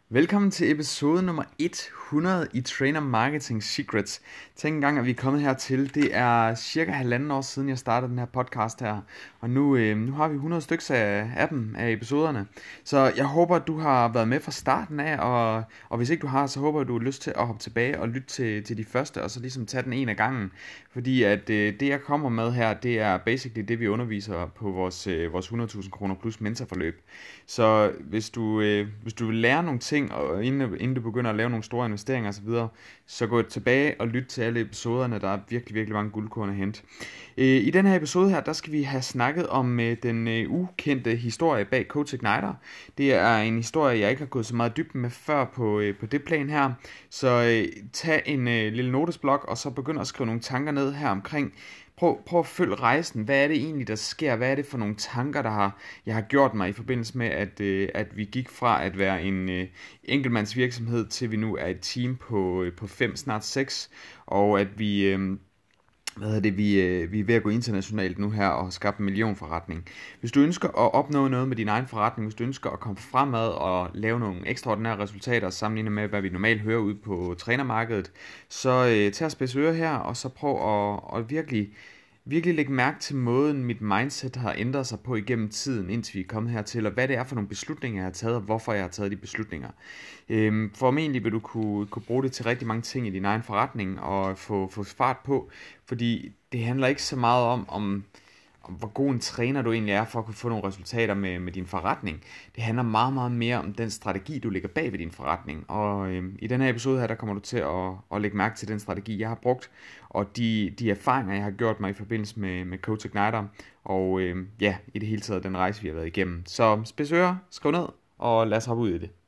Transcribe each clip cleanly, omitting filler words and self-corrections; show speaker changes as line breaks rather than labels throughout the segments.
Velkommen til episode nummer 100 i Trainer Marketing Secrets. Tænk engang, at vi er kommet hertil. Det er cirka 1,5 år siden, jeg startede den her podcast her. Og nu har vi 100 stykker af dem, af episoderne. Så jeg håber, at du har været med fra starten af. Og hvis ikke du har, så håber jeg, at du har lyst til at hoppe tilbage og lytte til de første. Og så ligesom tage den en af gangen. Fordi at det, jeg kommer med her, det er basically det, vi underviser på vores 100.000 kroner plus mentorforløb. Så hvis du vil lære nogle ting, og inden du begynder at lave nogle store investeringer osv., så gå tilbage og lyt til alle episoderne. Der er virkelig, virkelig mange guldkorn at hente. I den her episode her, der skal vi have snakket om den ukendte historie bag CoachIgniter. Det er en historie, jeg ikke har gået så meget dybden med før på det plan her. Så tag en lille notesblok, og så begynd at skrive nogle tanker ned her omkring. Prøv at følge rejsen. Hvad er det egentlig, der sker? Hvad er det for nogle tanker, jeg har gjort mig i forbindelse med, at vi gik fra at være en enkeltmandsvirksomhed, til vi nu er et team på 5, snart 6, og at vi er ved at gå internationalt nu her og skabe en millionforretning. Hvis du ønsker at opnå noget med din egen forretning, hvis du ønsker at komme fremad og lave nogle ekstraordinære resultater sammenlignet med, hvad vi normalt hører ud på trænermarkedet, så tag og spids øre her, og så prøv at virkelig lægge mærke til måden, mit mindset har ændret sig på igennem tiden, indtil vi er kommet hertil, og hvad det er for nogle beslutninger, jeg har taget, og hvorfor jeg har taget de beslutninger. Formentlig vil du kunne bruge det til rigtig mange ting i din egen forretning, og få fart på, fordi det handler ikke så meget om hvor god en træner du egentlig er, for at kunne få nogle resultater med din forretning. Det handler meget, meget mere om den strategi, du lægger bag ved din forretning. Og i den her episode her, der kommer du til at lægge mærke til den strategi, jeg har brugt, og de erfaringer, jeg har gjort mig i forbindelse med CoachIgniter, og i det hele taget den rejse, vi har været igennem. Så spids ører, skriv ned, og lad os hoppe ud i det.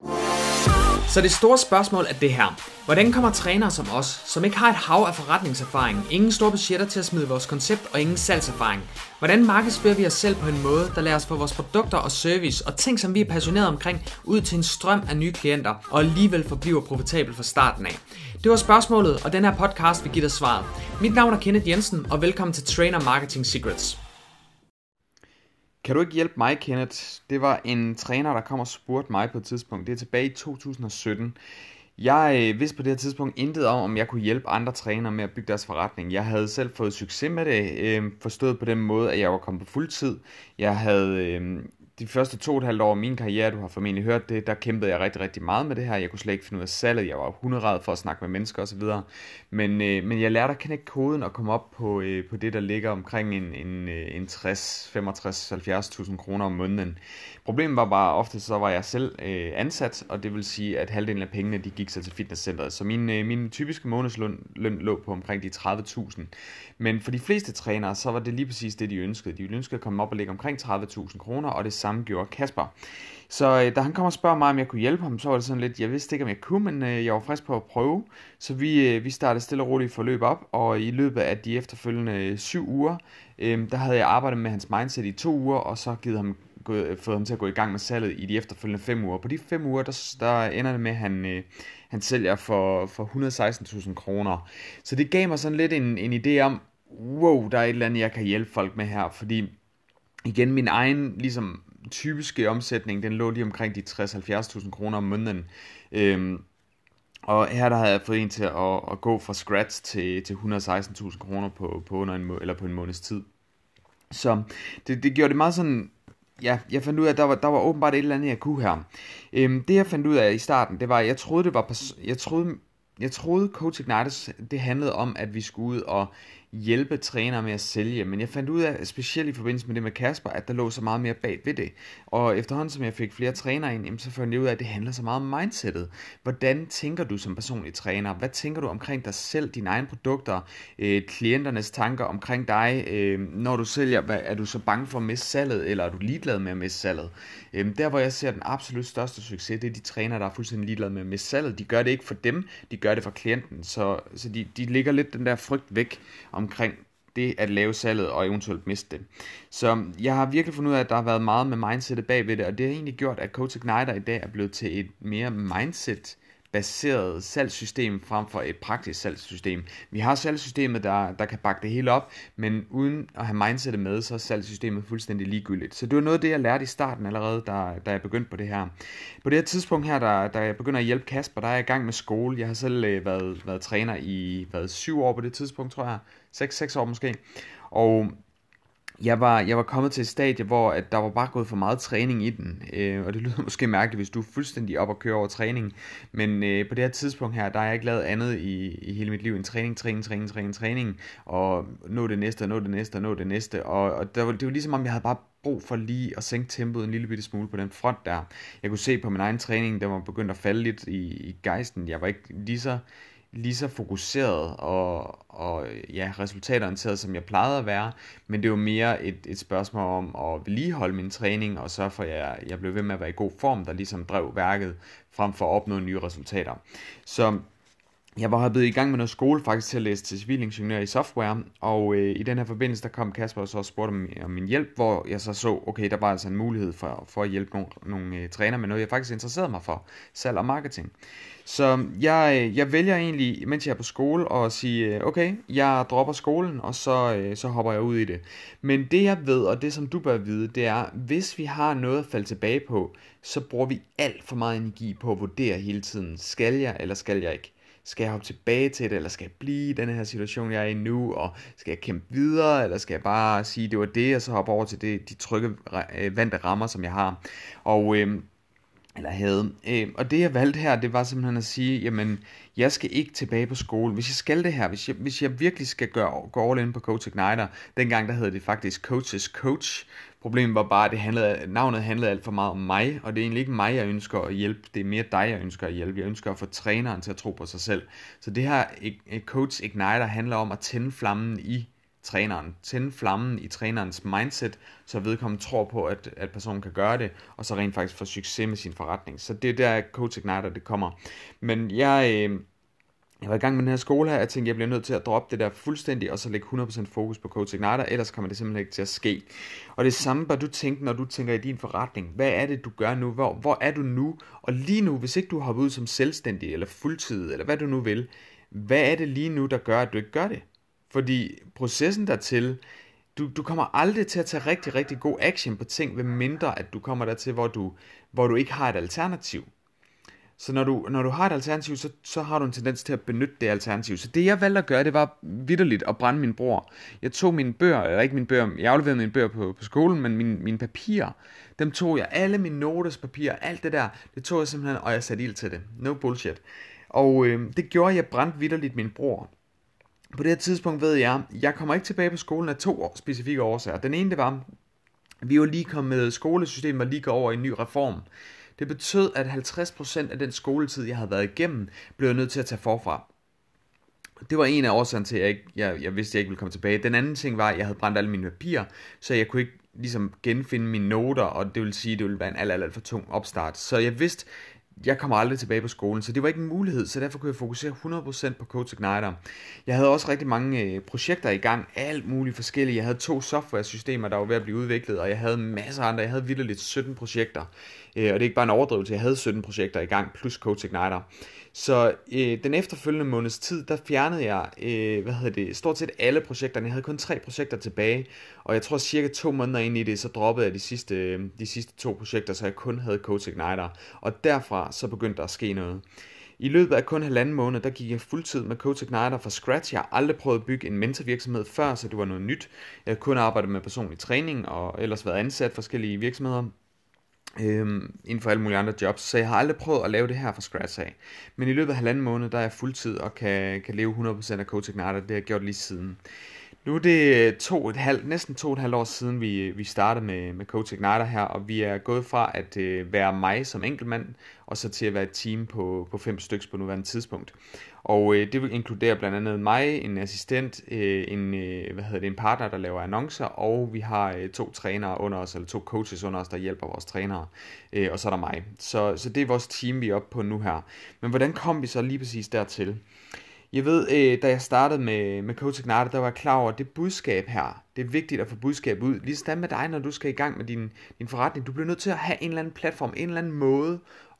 Så det store spørgsmål er det her. Hvordan kommer trænere som os, som ikke har et hav af forretningserfaring, ingen store budgetter til at smide vores koncept og ingen salgserfaring? Hvordan markedsfører vi os selv på en måde, der lader os få vores produkter og service og ting, som vi er passionerede omkring, ud til en strøm af nye klienter, og alligevel forbliver profitabel fra starten af? Det var spørgsmålet, og den her podcast vil give dig svaret. Mit navn er Kenneth Jensen, og velkommen til Trainer Marketing Secrets.
Kan du ikke hjælpe mig, Kenneth? Det var en træner, der kom og spurgte mig på et tidspunkt. Det er tilbage i 2017. Jeg vidste på det her tidspunkt intet om jeg kunne hjælpe andre trænere med at bygge deres forretning. Jeg havde selv fået succes med det, forstået på den måde, at jeg var kommet på fuldtid. Jeg havde de første 2,5 år af min karriere, du har formentlig hørt det, der kæmpede jeg rigtig, rigtig meget med det her. Jeg kunne slet ikke finde ud af salget. Jeg var hunderæd for at snakke med mennesker osv. Men jeg lærte at knække koden og komme op på det, der ligger omkring en 60, 65, 70.000 kroner om måneden. Problemet var bare, ofte så var jeg selv ansat, og det vil sige, at halvdelen af pengene, de gik så til fitnesscenteret. Så min typiske månedsløn lå på omkring de 30.000. Men for de fleste trænere, så var det lige præcis det, de ønskede. De ønskede at komme op og ligge omkring 30.000 kroner, og det samme gjorde Kasper. Så da han kom og spørger mig, om jeg kunne hjælpe ham, så var det sådan lidt, jeg vidste ikke, om jeg kunne, men jeg var frisk på at prøve. Så vi startede stille og roligt forløb op, og i løbet af de efterfølgende 7 uger, der havde jeg arbejdet med hans mindset i 2 uger, og så fået ham til at gå i gang med salget i de efterfølgende 5 uger. På de 5 uger, der ender det med, at han sælger for 116.000 kroner. Så det gav mig sådan lidt en idé om, wow, der er et eller andet, jeg kan hjælpe folk med her, fordi igen, min egen ligesom typiske omsætning, den lå lige omkring de 60-70.000 kroner om måneden. Og her der havde jeg fået en til at gå fra scratch til 116.000 kroner på en måneds tid. Så det gjorde det meget sådan. Ja, jeg fandt ud af, at der var åbenbart et eller andet, jeg kunne her. Det jeg fandt ud af i starten, det var, at jeg troede CoachIgniter, det handlede om, at vi skulle ud og hjælpe trænere med at sælge, men jeg fandt ud af, specielt i forbindelse med det med Kasper, at der lå så meget mere bag ved det. Og efterhånden som jeg fik flere trænere ind, så fandt jeg ud af, at det handler så meget om mindsetet. Hvordan tænker du som personlig træner? Hvad tænker du omkring dig selv, dine egne produkter, klienternes tanker omkring dig? Når du sælger, er du så bange for at miste salget, eller er du ligeglad med at miste salget? Der hvor jeg ser den absolut største succes, det er de trænere, der er fuldstændig ligeglade med at miste salget. De gør det ikke for dem, de gør det for klienten. Så de ligger lidt den der frygt væk omkring det at lave salget og eventuelt miste det. Så jeg har virkelig fundet ud af, at der har været meget med mindsetet bagved det, og det har egentlig gjort, at CoachIgniter i dag er blevet til et mere mindset baseret salgssystem frem for et praktisk salgssystem. Vi har salgssystemet, der kan bakke det hele op, men uden at have mindsetet med, så er salgssystemet fuldstændig ligegyldigt. Så det var noget af det, jeg lærte i starten allerede, da jeg begyndte på det her. På det her tidspunkt her, da jeg begynder at hjælpe Kasper, der er jeg i gang med skole. Jeg har selv været træner i 7 år på det tidspunkt, tror jeg. 6 år måske. Og jeg var kommet til et stadie, hvor at der var bare gået for meget træning i den, og det lyder måske mærkeligt, hvis du er fuldstændig op og kører over træning, men på det her tidspunkt her, der har jeg ikke lavet andet i hele mit liv end træning, og nå det næste, og det var ligesom om jeg havde bare brug for lige at sænke tempoet en lille bitte smule på den front der. Jeg kunne se på min egen træning, der var begyndt at falde lidt i gejsten. Jeg var ikke lige så fokuseret og resultatorienteret, som jeg plejede at være, men det var mere et spørgsmål om at vedligeholde min træning, og sørge for, at jeg blev ved med at være i god form, der ligesom drev værket, frem for at opnå nye resultater. Så jeg var hoppet i gang med noget skole faktisk til at læse til civilingeniør i software, og i den her forbindelse, der kom Kasper og så spurgte om min hjælp, hvor jeg så, okay, der var altså en mulighed for at hjælpe nogle træner med noget, jeg faktisk interesserede mig for, salg og marketing. Så jeg vælger egentlig, mens jeg er på skole, at sige, okay, jeg dropper skolen, og så hopper jeg ud i det. Men det jeg ved, og det som du bør vide, det er, hvis vi har noget at falde tilbage på, så bruger vi alt for meget energi på at vurdere hele tiden, skal jeg eller skal jeg ikke? Skal jeg hoppe tilbage til det, eller skal jeg blive i den her situation, jeg er i nu, og skal jeg kæmpe videre, eller skal jeg bare sige, det var det, og så hoppe over til de trygge, vante rammer, som jeg har, eller havde. Og det jeg valgte her, det var simpelthen at sige, jamen, jeg skal ikke tilbage på skole. Hvis jeg skal det her, hvis jeg virkelig skal gå all in på Coach Igniter, dengang der hed det faktisk Coaches Coach. Problemet var bare, at navnet handlede alt for meget om mig, og det er egentlig ikke mig, jeg ønsker at hjælpe, det er mere dig, jeg ønsker at hjælpe. Jeg ønsker at få træneren til at tro på sig selv. Så det her Coach Igniter handler om at tænde flammen i træneren. Tænde flammen i trænerens mindset, så vedkommende tror på, at personen kan gøre det, og så rent faktisk få succes med sin forretning. Så det er der Coach Igniter, det kommer. Men jeg var i gang med den her skole her, jeg tænkte, jeg bliver nødt til at droppe det der fuldstændig, og så lægge 100% fokus på Coach Igniter, ellers kommer det simpelthen ikke til at ske. Og det samme bør du tænke, når du tænker i din forretning. Hvad er det, du gør nu? Hvor er du nu? Og lige nu, hvis ikke du hopper ud som selvstændig, eller fuldtid, eller hvad du nu vil, hvad er det lige nu, der gør, at du ikke gør det? Fordi processen dertil, du kommer aldrig til at tage rigtig, rigtig god action på ting, ved mindre at du kommer dertil, hvor du ikke har et alternativ. Så når du har et alternativ, så har du en tendens til at benytte det alternativ. Så det jeg valgte at gøre, det var vitterligt at brænde mine bord. Jeg tog mine bøger, eller ikke mine bøger, jeg afleverede mine bøger på skolen, men mine papirer, dem tog jeg, alle mine notespapirer, alt det der, det tog jeg simpelthen, og jeg satte ild til det. No bullshit. Og det gjorde, at jeg brændte vitterligt mine bord. På det her tidspunkt ved jeg kommer ikke tilbage på skolen af 2 specifikke årsager. Den ene, det var, vi var lige kommet med skolesystemet og lige gået over i en ny reform. Det betød, at 50% af den skoletid, jeg havde været igennem, blev jeg nødt til at tage forfra. Det var en af årsagerne til, at jeg vidste, at jeg ikke ville komme tilbage. Den anden ting var, at jeg havde brændt alle mine papirer, så jeg kunne ikke ligesom genfinde mine noter, og det vil sige, at det ville være en alt for tung opstart. Så jeg vidste, jeg kommer aldrig tilbage på skolen, så det var ikke en mulighed, så derfor kunne jeg fokusere 100% på Coach Igniter. Jeg havde også rigtig mange projekter i gang, alt muligt forskellige. Jeg havde 2 software-systemer, der var ved at blive udviklet, og jeg havde masser af andre. Jeg havde vitterligt 17 projekter, og det er ikke bare en overdrivelse, jeg havde 17 projekter i gang, plus Coach Igniter. Så den efterfølgende måneds tid, der fjernede jeg stort set alle projekterne. Jeg havde kun 3 projekter tilbage, og jeg tror cirka 2 måneder ind i det, så droppede jeg de sidste 2 projekter, så jeg kun havde Coach Igniter. Og derfra så begyndte der at ske noget. I løbet af kun 1,5 måned, der gik jeg fuldtid med Coach Igniter fra scratch. Jeg har aldrig prøvet at bygge en mentorvirksomhed før, så det var noget nyt. Jeg havde kun arbejdet med personlig træning, og ellers været ansat i forskellige virksomheder. Inden for alle mulige andre jobs, så jeg har aldrig prøvet at lave det her fra scratch af. Men i løbet af 1,5 måned, der er jeg fuldtid og kan leve 100% af Coach Igniter. Det har jeg gjort lige siden. Nu er det næsten 2,5 år siden, vi startede med Coach Igniter her, og vi er gået fra at være mig som enkeltmand, og så til at være et team på 5 stykker på nuværende tidspunkt. Og det vil inkludere blandt andet mig, en assistent, en partner, der laver annoncer, og vi har 2 trænere under os, eller 2 coaches under os, der hjælper vores trænere, og så er der mig. Så det er vores team, vi er oppe på nu her. Men hvordan kom vi så lige præcis dertil? Jeg ved, da jeg startede med Coach Igniter, der var jeg klar over, at det budskab her, det er vigtigt at få budskab ud. Ligesom med dig, når du skal i gang med din forretning. Du bliver nødt til at have en eller anden platform, en eller anden måde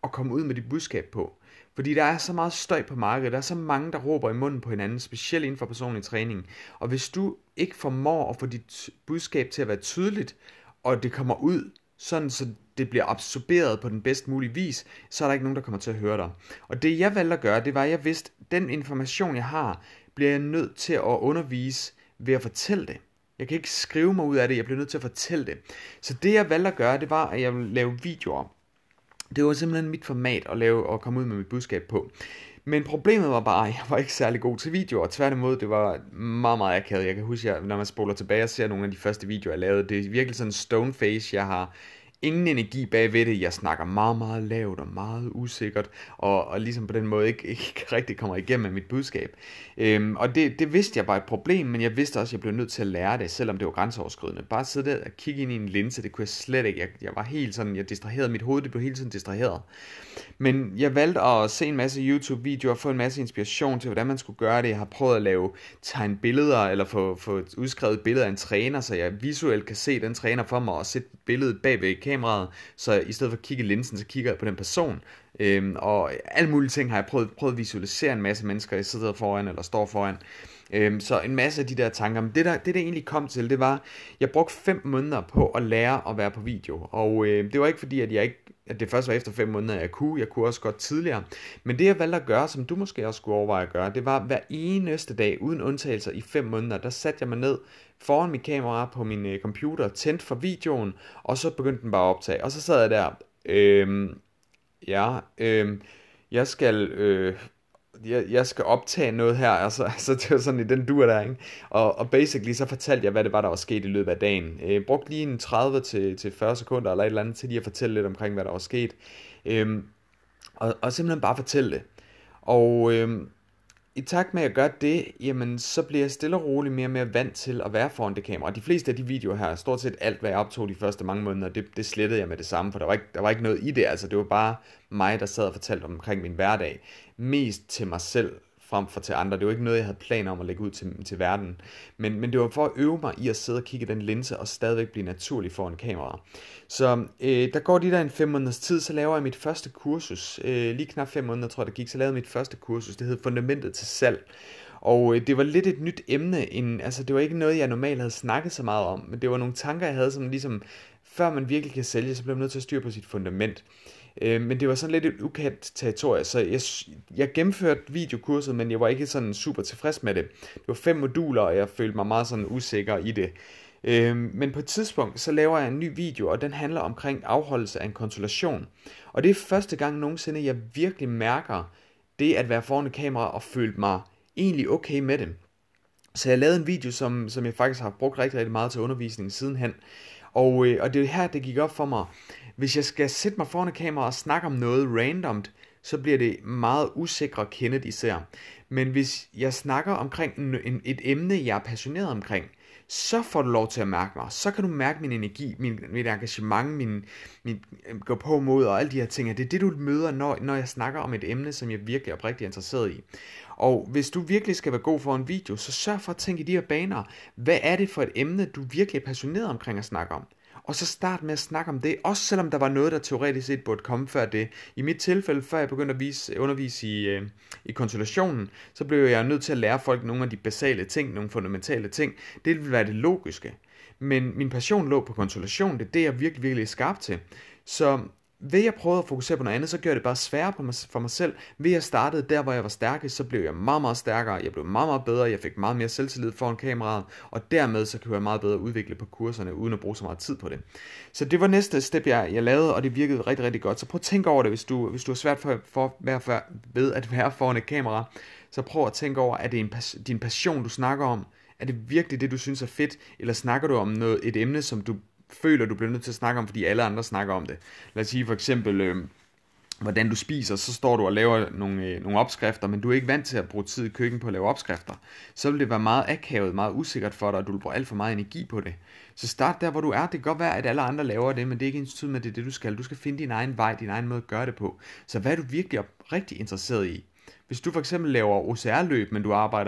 at komme ud med dit budskab på. Fordi der er så meget støj på markedet, der er så mange, der råber i munden på hinanden, specielt inden for personlig træning. Og hvis du ikke formår at få dit budskab til at være tydeligt, og det kommer ud, sådan så det bliver absorberet på den bedst mulige vis, så er der ikke nogen, der kommer til at høre dig. Og det jeg valgte at gøre, det var, at jeg vidste, at den information, jeg har, bliver jeg nødt til at undervise ved at fortælle det. Jeg kan ikke skrive mig ud af det, jeg bliver nødt til at fortælle det. Så det jeg valgte at gøre, det var, at jeg ville lave videoer. Det var simpelthen mit format at lave og komme ud med mit budskab på. Men problemet var bare, at jeg var ikke særlig god til videoer. Tværtimod, det var meget, meget akavet. Jeg kan huske, når man spoler tilbage og ser nogle af de første videoer, jeg lavede, det er virkelig sådan en stone face. Jeg har ingen energi bagved det. Jeg snakker meget, meget lavt og meget usikkert, og ligesom på den måde ikke rigtig kommer igennem med mit budskab. Og det vidste jeg var et problem, men jeg vidste også, at jeg blev nødt til at lære det, selvom det var grænseoverskridende. Bare sidde der og kigge ind i en linse, det kunne jeg slet ikke. Jeg var helt sådan, jeg distraherede mit hoved, det blev hele tiden distraheret. Men jeg valgte at se en masse YouTube-videoer og få en masse inspiration til, hvordan man skulle gøre det. Jeg har prøvet at lave tegne billeder, eller få udskrevet billeder af en træner, så jeg visuelt kan se den træner for mig, og sætte billedet bag ved kameraet, så i stedet for at kigge i linsen, så kigger jeg på den person. Og alle mulige ting har jeg prøvet at visualisere en masse mennesker, jeg sidder foran eller står foran. Så en masse af de der tanker. Men det egentlig kom til, det var, jeg brugte 5 måneder på at lære at være på video. Og det var ikke fordi, at det først var efter 5 måneder, jeg kunne også godt tidligere. Men det jeg valgte at gøre, som du måske også skulle overveje at gøre, det var hver eneste dag, uden undtagelser i 5 måneder, der satte jeg mig ned foran mit kamera på min computer, tændte for videoen, og så begyndte den bare at optage. Og så sad jeg der, jeg skal optage noget her, altså det var sådan i den dur der, ikke? Og basically så fortalte jeg, hvad det var, der var sket i løbet af dagen. Brugte lige en 30 til 40 sekunder eller et eller andet til lige at fortælle lidt omkring, hvad der var sket. Og simpelthen bare fortælle det. Og i takt med at gøre det, jamen så bliver jeg stille og roligt mere og mere vant til at være foran det kamera. De fleste af de videoer her, stort set alt, hvad jeg optog de første mange måneder, det slettede jeg med det samme, for der var ikke noget i det. Altså det var bare mig, der sad og fortalte omkring min hverdag. Mest til mig selv, frem for til andre. Det var ikke noget, jeg havde planer om at lægge ud til verden. Men det var for at øve mig i at sidde og kigge i den linse, og stadigvæk blive naturlig foran kamera. Så der går de der en 5 måneders tid, så laver jeg mit første kursus. Lige knap 5 måneder, tror jeg, der gik, så lavede jeg mit første kursus. Det hed Fundamentet til Salg. Og det var lidt et nyt emne. Altså det var ikke noget, jeg normalt havde snakket så meget om, men det var nogle tanker, jeg havde, som ligesom, før man virkelig kan sælge, så bliver man nødt til at styre på sit fundament. Men det var sådan lidt et ukendt territorie, så jeg gennemførte videokurset, men jeg var ikke sådan super tilfreds med det. Det var 5 moduler, og jeg følte mig meget sådan usikker i det. Men på et tidspunkt, så laver jeg en ny video, og den handler omkring afholdelse af en konsultation. Og det er første gang nogensinde, jeg virkelig mærker det at være foran et kamera og følte mig egentlig okay med det. Så jeg lavede en video, som jeg faktisk har brugt rigtig, rigtig meget til undervisning sidenhen. Og det er her, det gik op for mig. Hvis jeg skal sætte mig foran et kamera og snakke om noget randomt, så bliver det meget usikre kendet især. Men hvis jeg snakker omkring et emne, jeg er passioneret omkring, så får du lov til at mærke mig. Så kan du mærke min energi, mit engagement, min gå på mod og alle de her ting. Det er det, du møder, når jeg snakker om et emne, som jeg virkelig er oprigtigt interesseret i. Og hvis du virkelig skal være god for en video, så sørg for at tænke i de her baner. Hvad er det for et emne, du virkelig er passioneret omkring at snakke om? Og så start med at snakke om det, også selvom der var noget, der teoretisk set burde komme før det. I mit tilfælde, før jeg begyndte at undervise i konsultationen, så blev jeg nødt til at lære folk nogle af de basale ting, nogle fundamentale ting. Det ville være det logiske. Men min passion lå på konsultation, det er det, jeg virkelig, virkelig er skarp til. Så ved jeg prøvede at fokusere på noget andet, så gjorde det bare sværere for mig selv. Ved jeg startede der, hvor jeg var stærkest, så blev jeg meget, meget stærkere. Jeg blev meget, meget bedre. Jeg fik meget mere selvtillid foran kameraet. Og dermed så kunne jeg meget bedre udvikle på kurserne, uden at bruge så meget tid på det. Så det var næste step, jeg lavede, og det virkede rigtig, rigtig godt. Så prøv at tænke over det, hvis du har svært ved at være foran et kamera. Så prøv at tænke over, er det din passion, du snakker om? Er det virkelig det, du synes er fedt? Eller snakker du om et emne, som du føler, du bliver nødt til at snakke om, fordi alle andre snakker om det. Lad os sige for eksempel, hvordan du spiser, så står du og laver nogle opskrifter, men du er ikke vant til at bruge tid i køkken på at lave opskrifter. Så vil det være meget akavet, meget usikkert for dig, og du vil bruge alt for meget energi på det. Så start der, hvor du er. Det kan godt være, at alle andre laver det, men det er ikke ens tid med det, du skal. Du skal finde din egen vej, din egen måde at gøre det på. Så hvad er du virkelig rigtig interesseret i? Hvis du for eksempel laver OCR-løb, men du arbejder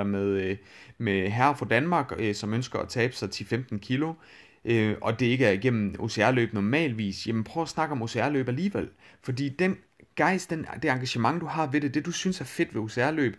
med herrer fra Danmark, som ønsker at tabe sig 10-15 kilo, og det ikke er igennem OCR-løb normalvis, jamen prøv at snakke om OCR-løb alligevel. Fordi den gejst, det engagement, du har ved det du synes er fedt ved OCR-løb,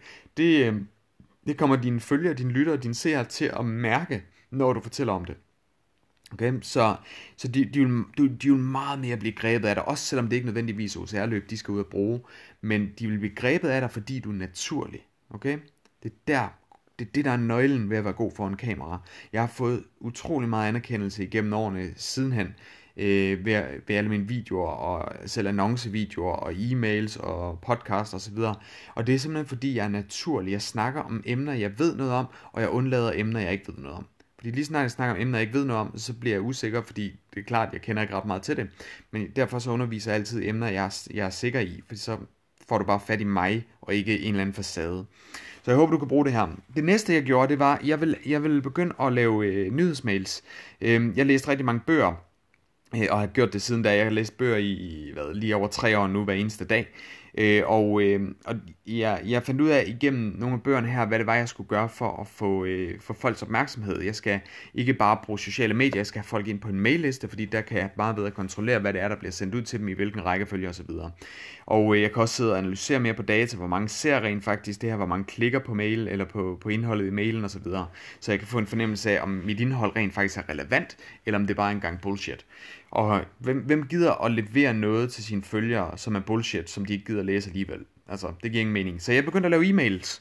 det kommer dine følgere, dine lyttere og dine seere til at mærke, når du fortæller om det. Okay, så de vil meget mere blive grebet af dig, også selvom det ikke nødvendigvis OCR-løb, de skal ud og bruge, men de vil blive grebet af dig, fordi du er naturlig. Okay, det er det, der er nøglen ved at være god foran kamera. Jeg har fået utrolig meget anerkendelse igennem årene sidenhen, ved alle mine videoer, og selv annoncevideoer, og e-mails, og podcasts osv. Og det er simpelthen fordi, jeg er naturlig. Jeg snakker om emner, jeg ved noget om, og jeg undlader emner, jeg ikke ved noget om. Fordi lige snart jeg snakker om emner, jeg ikke ved noget om, så bliver jeg usikker, fordi det er klart, jeg kender ikke ret meget til det. Men derfor så underviser jeg altid emner, jeg er sikker i, fordi så får du bare fat i mig, og ikke en eller anden facade. Så jeg håber, du kan bruge det her. Det næste, jeg gjorde, det var, jeg vil begynde at lave nyhedsmails. Jeg læste rigtig mange bøger, og har gjort det siden da. Jeg har læst bøger i lige over 3 år nu, hver eneste dag. Og jeg fandt ud af igennem nogle af bøgerne her, hvad det var, jeg skulle gøre for at få folks opmærksomhed. Jeg skal ikke bare bruge sociale medier, jeg skal have folk ind på en mailliste, fordi der kan jeg meget bedre kontrollere, hvad det er, der bliver sendt ud til dem, i hvilken rækkefølge osv. Og jeg kan også sidde og analysere mere på data, hvor mange ser rent faktisk det her, hvor mange klikker på mail, eller på indholdet i mailen osv. Så jeg kan få en fornemmelse af, om mit indhold rent faktisk er relevant, eller om det bare er en gang bullshit. Og hvem gider at levere noget til sine følgere, som er bullshit, som de ikke gider at læse alligevel? Altså, det giver ingen mening. Så jeg begyndte at lave e-mails.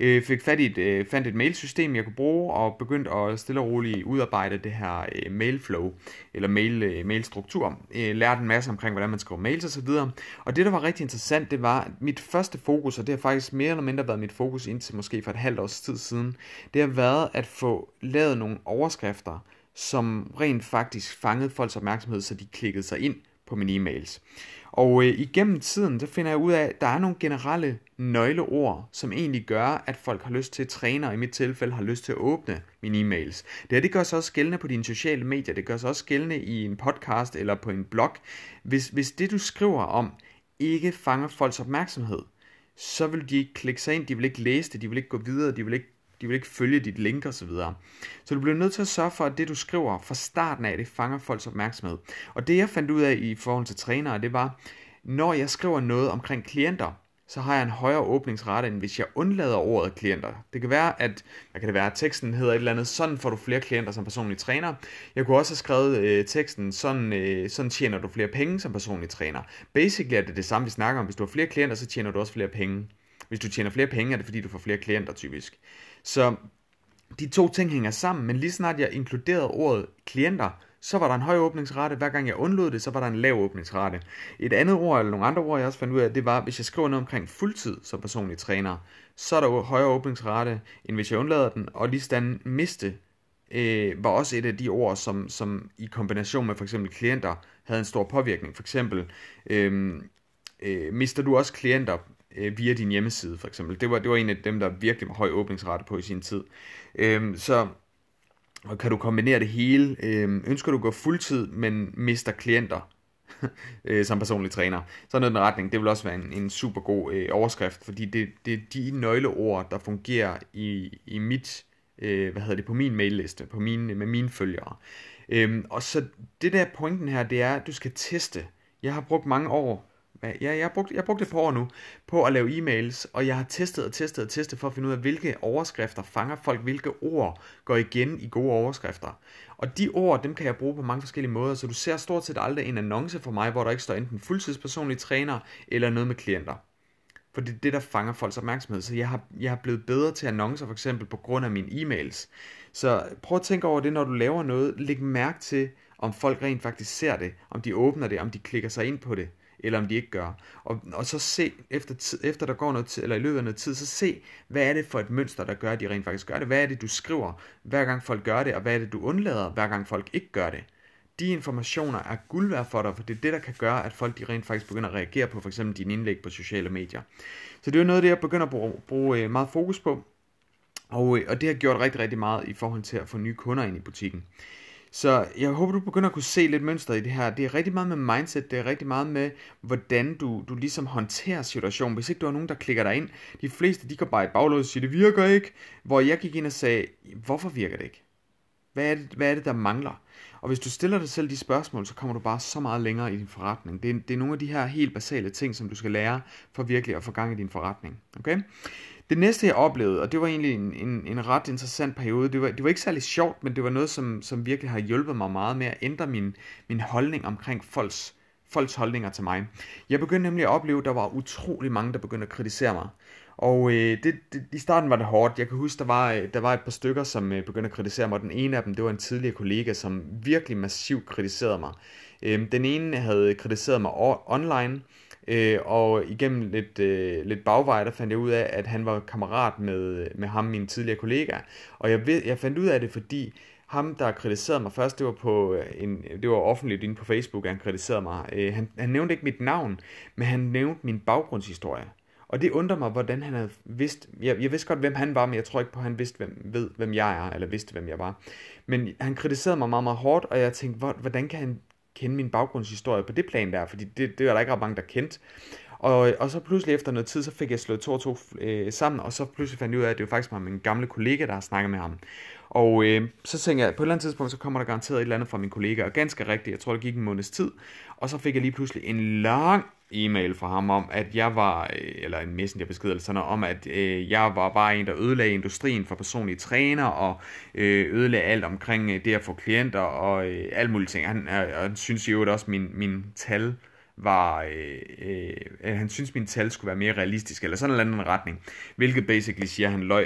Fandt et mailsystem, jeg kunne bruge, og begyndte at stille og roligt udarbejde det her mailflow, eller mailstruktur. Lærte en masse omkring, hvordan man skriver mails osv. Og det, der var rigtig interessant, det var mit første fokus, og det har faktisk mere eller mindre været mit fokus indtil måske for et halvt års tid siden, det har været at få lavet nogle overskrifter, som rent faktisk fangede folks opmærksomhed, så de klikkede sig ind på mine e-mails. Og igennem tiden, der finder jeg ud af, at der er nogle generelle nøgleord, som egentlig gør, at folk har lyst til at træne, og i mit tilfælde har lyst til at åbne mine e-mails. Det gør sig også gældende på dine sociale medier, det gør sig også gældende i en podcast eller på en blog. Hvis det, du skriver om, ikke fanger folks opmærksomhed, så vil de ikke klikke sig ind, de vil ikke læse det, de vil ikke gå videre, de vil ikke følge dit link og så videre. Så du bliver nødt til at sørge for, at det du skriver fra starten af, det fanger folks opmærksomhed. Og det jeg fandt ud af i forhold til trænere, det var, når jeg skriver noget omkring klienter, så har jeg en højere åbningsrate, end hvis jeg undlader ordet klienter. Det kan være, at teksten hedder et eller andet, sådan får du flere klienter som personlig træner. Jeg kunne også have skrevet teksten, sådan tjener du flere penge som personlig træner. Basically er det samme, vi snakker om. Hvis du har flere klienter, så tjener du også flere penge. Hvis du tjener flere penge, er det fordi, du får flere klienter typisk. Så de to ting hænger sammen, men lige snart jeg inkluderede ordet klienter, så var der en høj åbningsrate. Hver gang jeg undlod det, så var der en lav åbningsrate. Et andet ord, eller nogle andre ord, jeg også fandt ud af, det var, hvis jeg skriver noget omkring fuldtid som personlig træner, så er der højere åbningsrate, end hvis jeg undlader den. Og lige stand miste var også et af de ord, som i kombination med for eksempel klienter, havde en stor påvirkning. For eksempel, mister du også klienter via din hjemmeside for eksempel. Det var en af dem, der virkelig var høj åbningsrate på i sin tid. Så kan du kombinere det hele. Ønsker du at gå fuldtid, men mister klienter som personlig træner, så er noget i den retning. Det vil også være en super god overskrift, fordi det er de nøgleord, der fungerer i mit, på min mailliste, med mine følgere. Og så det der pointen her, det er, at du skal teste. Jeg har brugt mange år, jeg har brugt et par år nu på at lave e-mails, og jeg har testet for at finde ud af, hvilke overskrifter fanger folk, hvilke ord går igen i gode overskrifter. Og de ord, dem kan jeg bruge på mange forskellige måder, så du ser stort set aldrig en annonce for mig, hvor der ikke står enten fuldtidspersonlig træner eller noget med klienter. For det er det, der fanger folks opmærksomhed. Så jeg har blevet bedre til annoncer for eksempel på grund af mine e-mails. Så prøv at tænke over det, når du laver noget. Læg mærke til, om folk rent faktisk ser det, om de åbner det, om de klikker sig ind på det, eller om de ikke gør. Og så se, efter der går noget tid, eller i løbet af noget tid, så se, hvad er det for et mønster, der gør, at de rent faktisk gør det. Hvad er det, du skriver, hver gang folk gør det, og hvad er det, du undlader, hver gang folk ikke gør det. De informationer er guld værd for dig, for det er det, der kan gøre, at folk de rent faktisk begynder at reagere på, for eksempel dine indlæg på sociale medier. Så det er jo noget af det, jeg begynder at bruge meget fokus på, og det har gjort rigtig, rigtig meget i forhold til at få nye kunder ind i butikken. Så jeg håber, du begynder at kunne se lidt mønster i det her. Det er rigtig meget med mindset, det er rigtig meget med, hvordan du ligesom håndterer situationen. Hvis ikke du har nogen, der klikker dig ind, de fleste, de går bare i baglås og siger, det virker ikke. Hvor jeg gik ind og sagde, hvorfor virker det ikke? Hvad er det, der mangler? Og hvis du stiller dig selv de spørgsmål, så kommer du bare så meget længere i din forretning. Det er nogle af de her helt basale ting, som du skal lære for virkelig at få gang i din forretning. Okay? Det næste, jeg oplevede, og det var egentlig en ret interessant periode, det var ikke særlig sjovt, men det var noget, som virkelig har hjulpet mig meget med at ændre min holdning omkring folks holdninger til mig. Jeg begyndte nemlig at opleve, at der var utrolig mange, der begyndte at kritisere mig. Og i starten var det hårdt. Jeg kan huske, der var et par stykker, som begyndte at kritisere mig. Den ene af dem, det var en tidligere kollega, som virkelig massivt kritiserede mig. Den ene havde kritiseret mig online, og igennem lidt bagvej, der fandt jeg ud af, at han var kammerat med ham, min tidligere kollega. Og jeg fandt ud af det, fordi ham, der kritiserede mig først, det var offentligt inde på Facebook, at han kritiserede mig. Han nævnte ikke mit navn, men han nævnte min baggrundshistorie. Og det undrer mig, hvordan han havde vidst. Jeg vidste godt, hvem han var, men jeg tror ikke på, at han ved, hvem jeg er, eller vidste, hvem jeg var. Men han kritiserede mig meget, meget hårdt, og jeg tænkte, hvordan kan han kende min baggrundshistorie på det plan der? Fordi det var der ikke ret mange, der kendte. Og så pludselig efter noget tid, så fik jeg slået to og to sammen, og så pludselig fandt jeg ud af, at det var faktisk min gamle kollega, der har snakket med ham. Og så tænkte jeg, på et eller andet tidspunkt, så kommer der garanteret et eller andet fra min kollega, og ganske rigtigt, jeg tror, det gik en måneds tid, og så fik jeg lige pludselig en lang e-mail fra ham om, at jeg var, eller en messengerbesked eller sådan noget, om at jeg var bare en, der ødelagde industrien for personlige træner, og ødelagde alt omkring det at få klienter, og alt muligt ting. Han synes jo også, min tal var, han synes mine tal skulle være mere realistiske, eller sådan en eller anden retning, hvilket basically siger,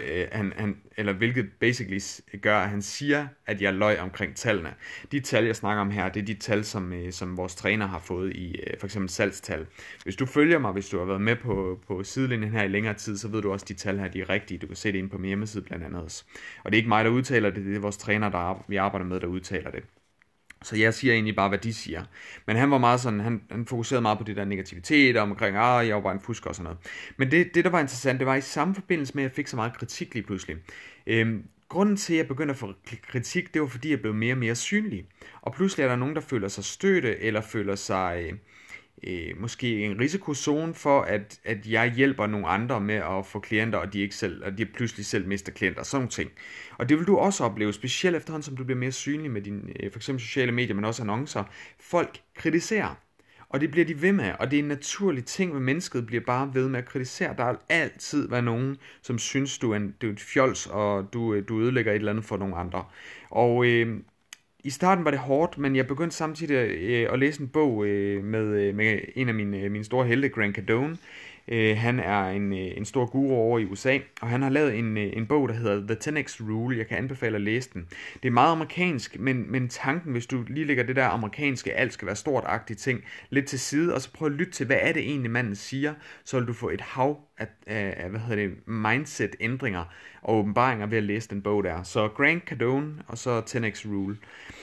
hvilket basically gør, at han siger, at jeg løj omkring tallene. De tal, jeg snakker om her, det er de tal, som vores træner har fået i for eksempel salgstal. Hvis du følger mig, hvis du har været med på sidelinjen her i længere tid, så ved du også, at de tal her, de er rigtige. Du kan se det inde på min hjemmeside blandt andet også. Og det er ikke mig, der udtaler det, det er vores træner, vi arbejder med, der udtaler det. Så jeg siger egentlig bare, hvad de siger. Men han var meget sådan, han fokuserede meget på det der negativitet omkring, jeg var bare en fusker og sådan noget. Men det der var interessant, det var i samme forbindelse med, at jeg fik så meget kritik lige pludselig. Grunden til, at jeg begyndte at få kritik, det var fordi, jeg blev mere og mere synlig. Og pludselig er der nogen, der føler sig støtte, eller føler sig måske en risikozone for, at jeg hjælper nogle andre med at få klienter, og de pludselig selv mister klienter, sådan nogle ting. Og det vil du også opleve, specielt efterhånden, som du bliver mere synlig med dine for eksempel sociale medier, men også annoncer. Folk kritiserer, og det bliver de ved med, og det er en naturlig ting, hvor mennesket bliver bare ved med at kritisere. Der vil altid være nogen, som synes, du er et fjols, og du ødelægger et eller andet for nogle andre. Og i starten var det hårdt, men jeg begyndte samtidig at læse en bog med en af mine store helte, Grant Cardone. Han er en stor guru over i USA, og han har lavet en bog, der hedder The 10X Rule. Jeg kan anbefale at læse den. Det er meget amerikansk, men tanken, hvis du lige lægger det der amerikanske, alt skal være stort-agtige ting, lidt til side, og så prøv at lytte til, hvad er det egentlig, manden siger, så vil du få et hav af mindset-ændringer og åbenbaringer ved at læse den bog der. Så Grant Cardone, og så 10X Rule.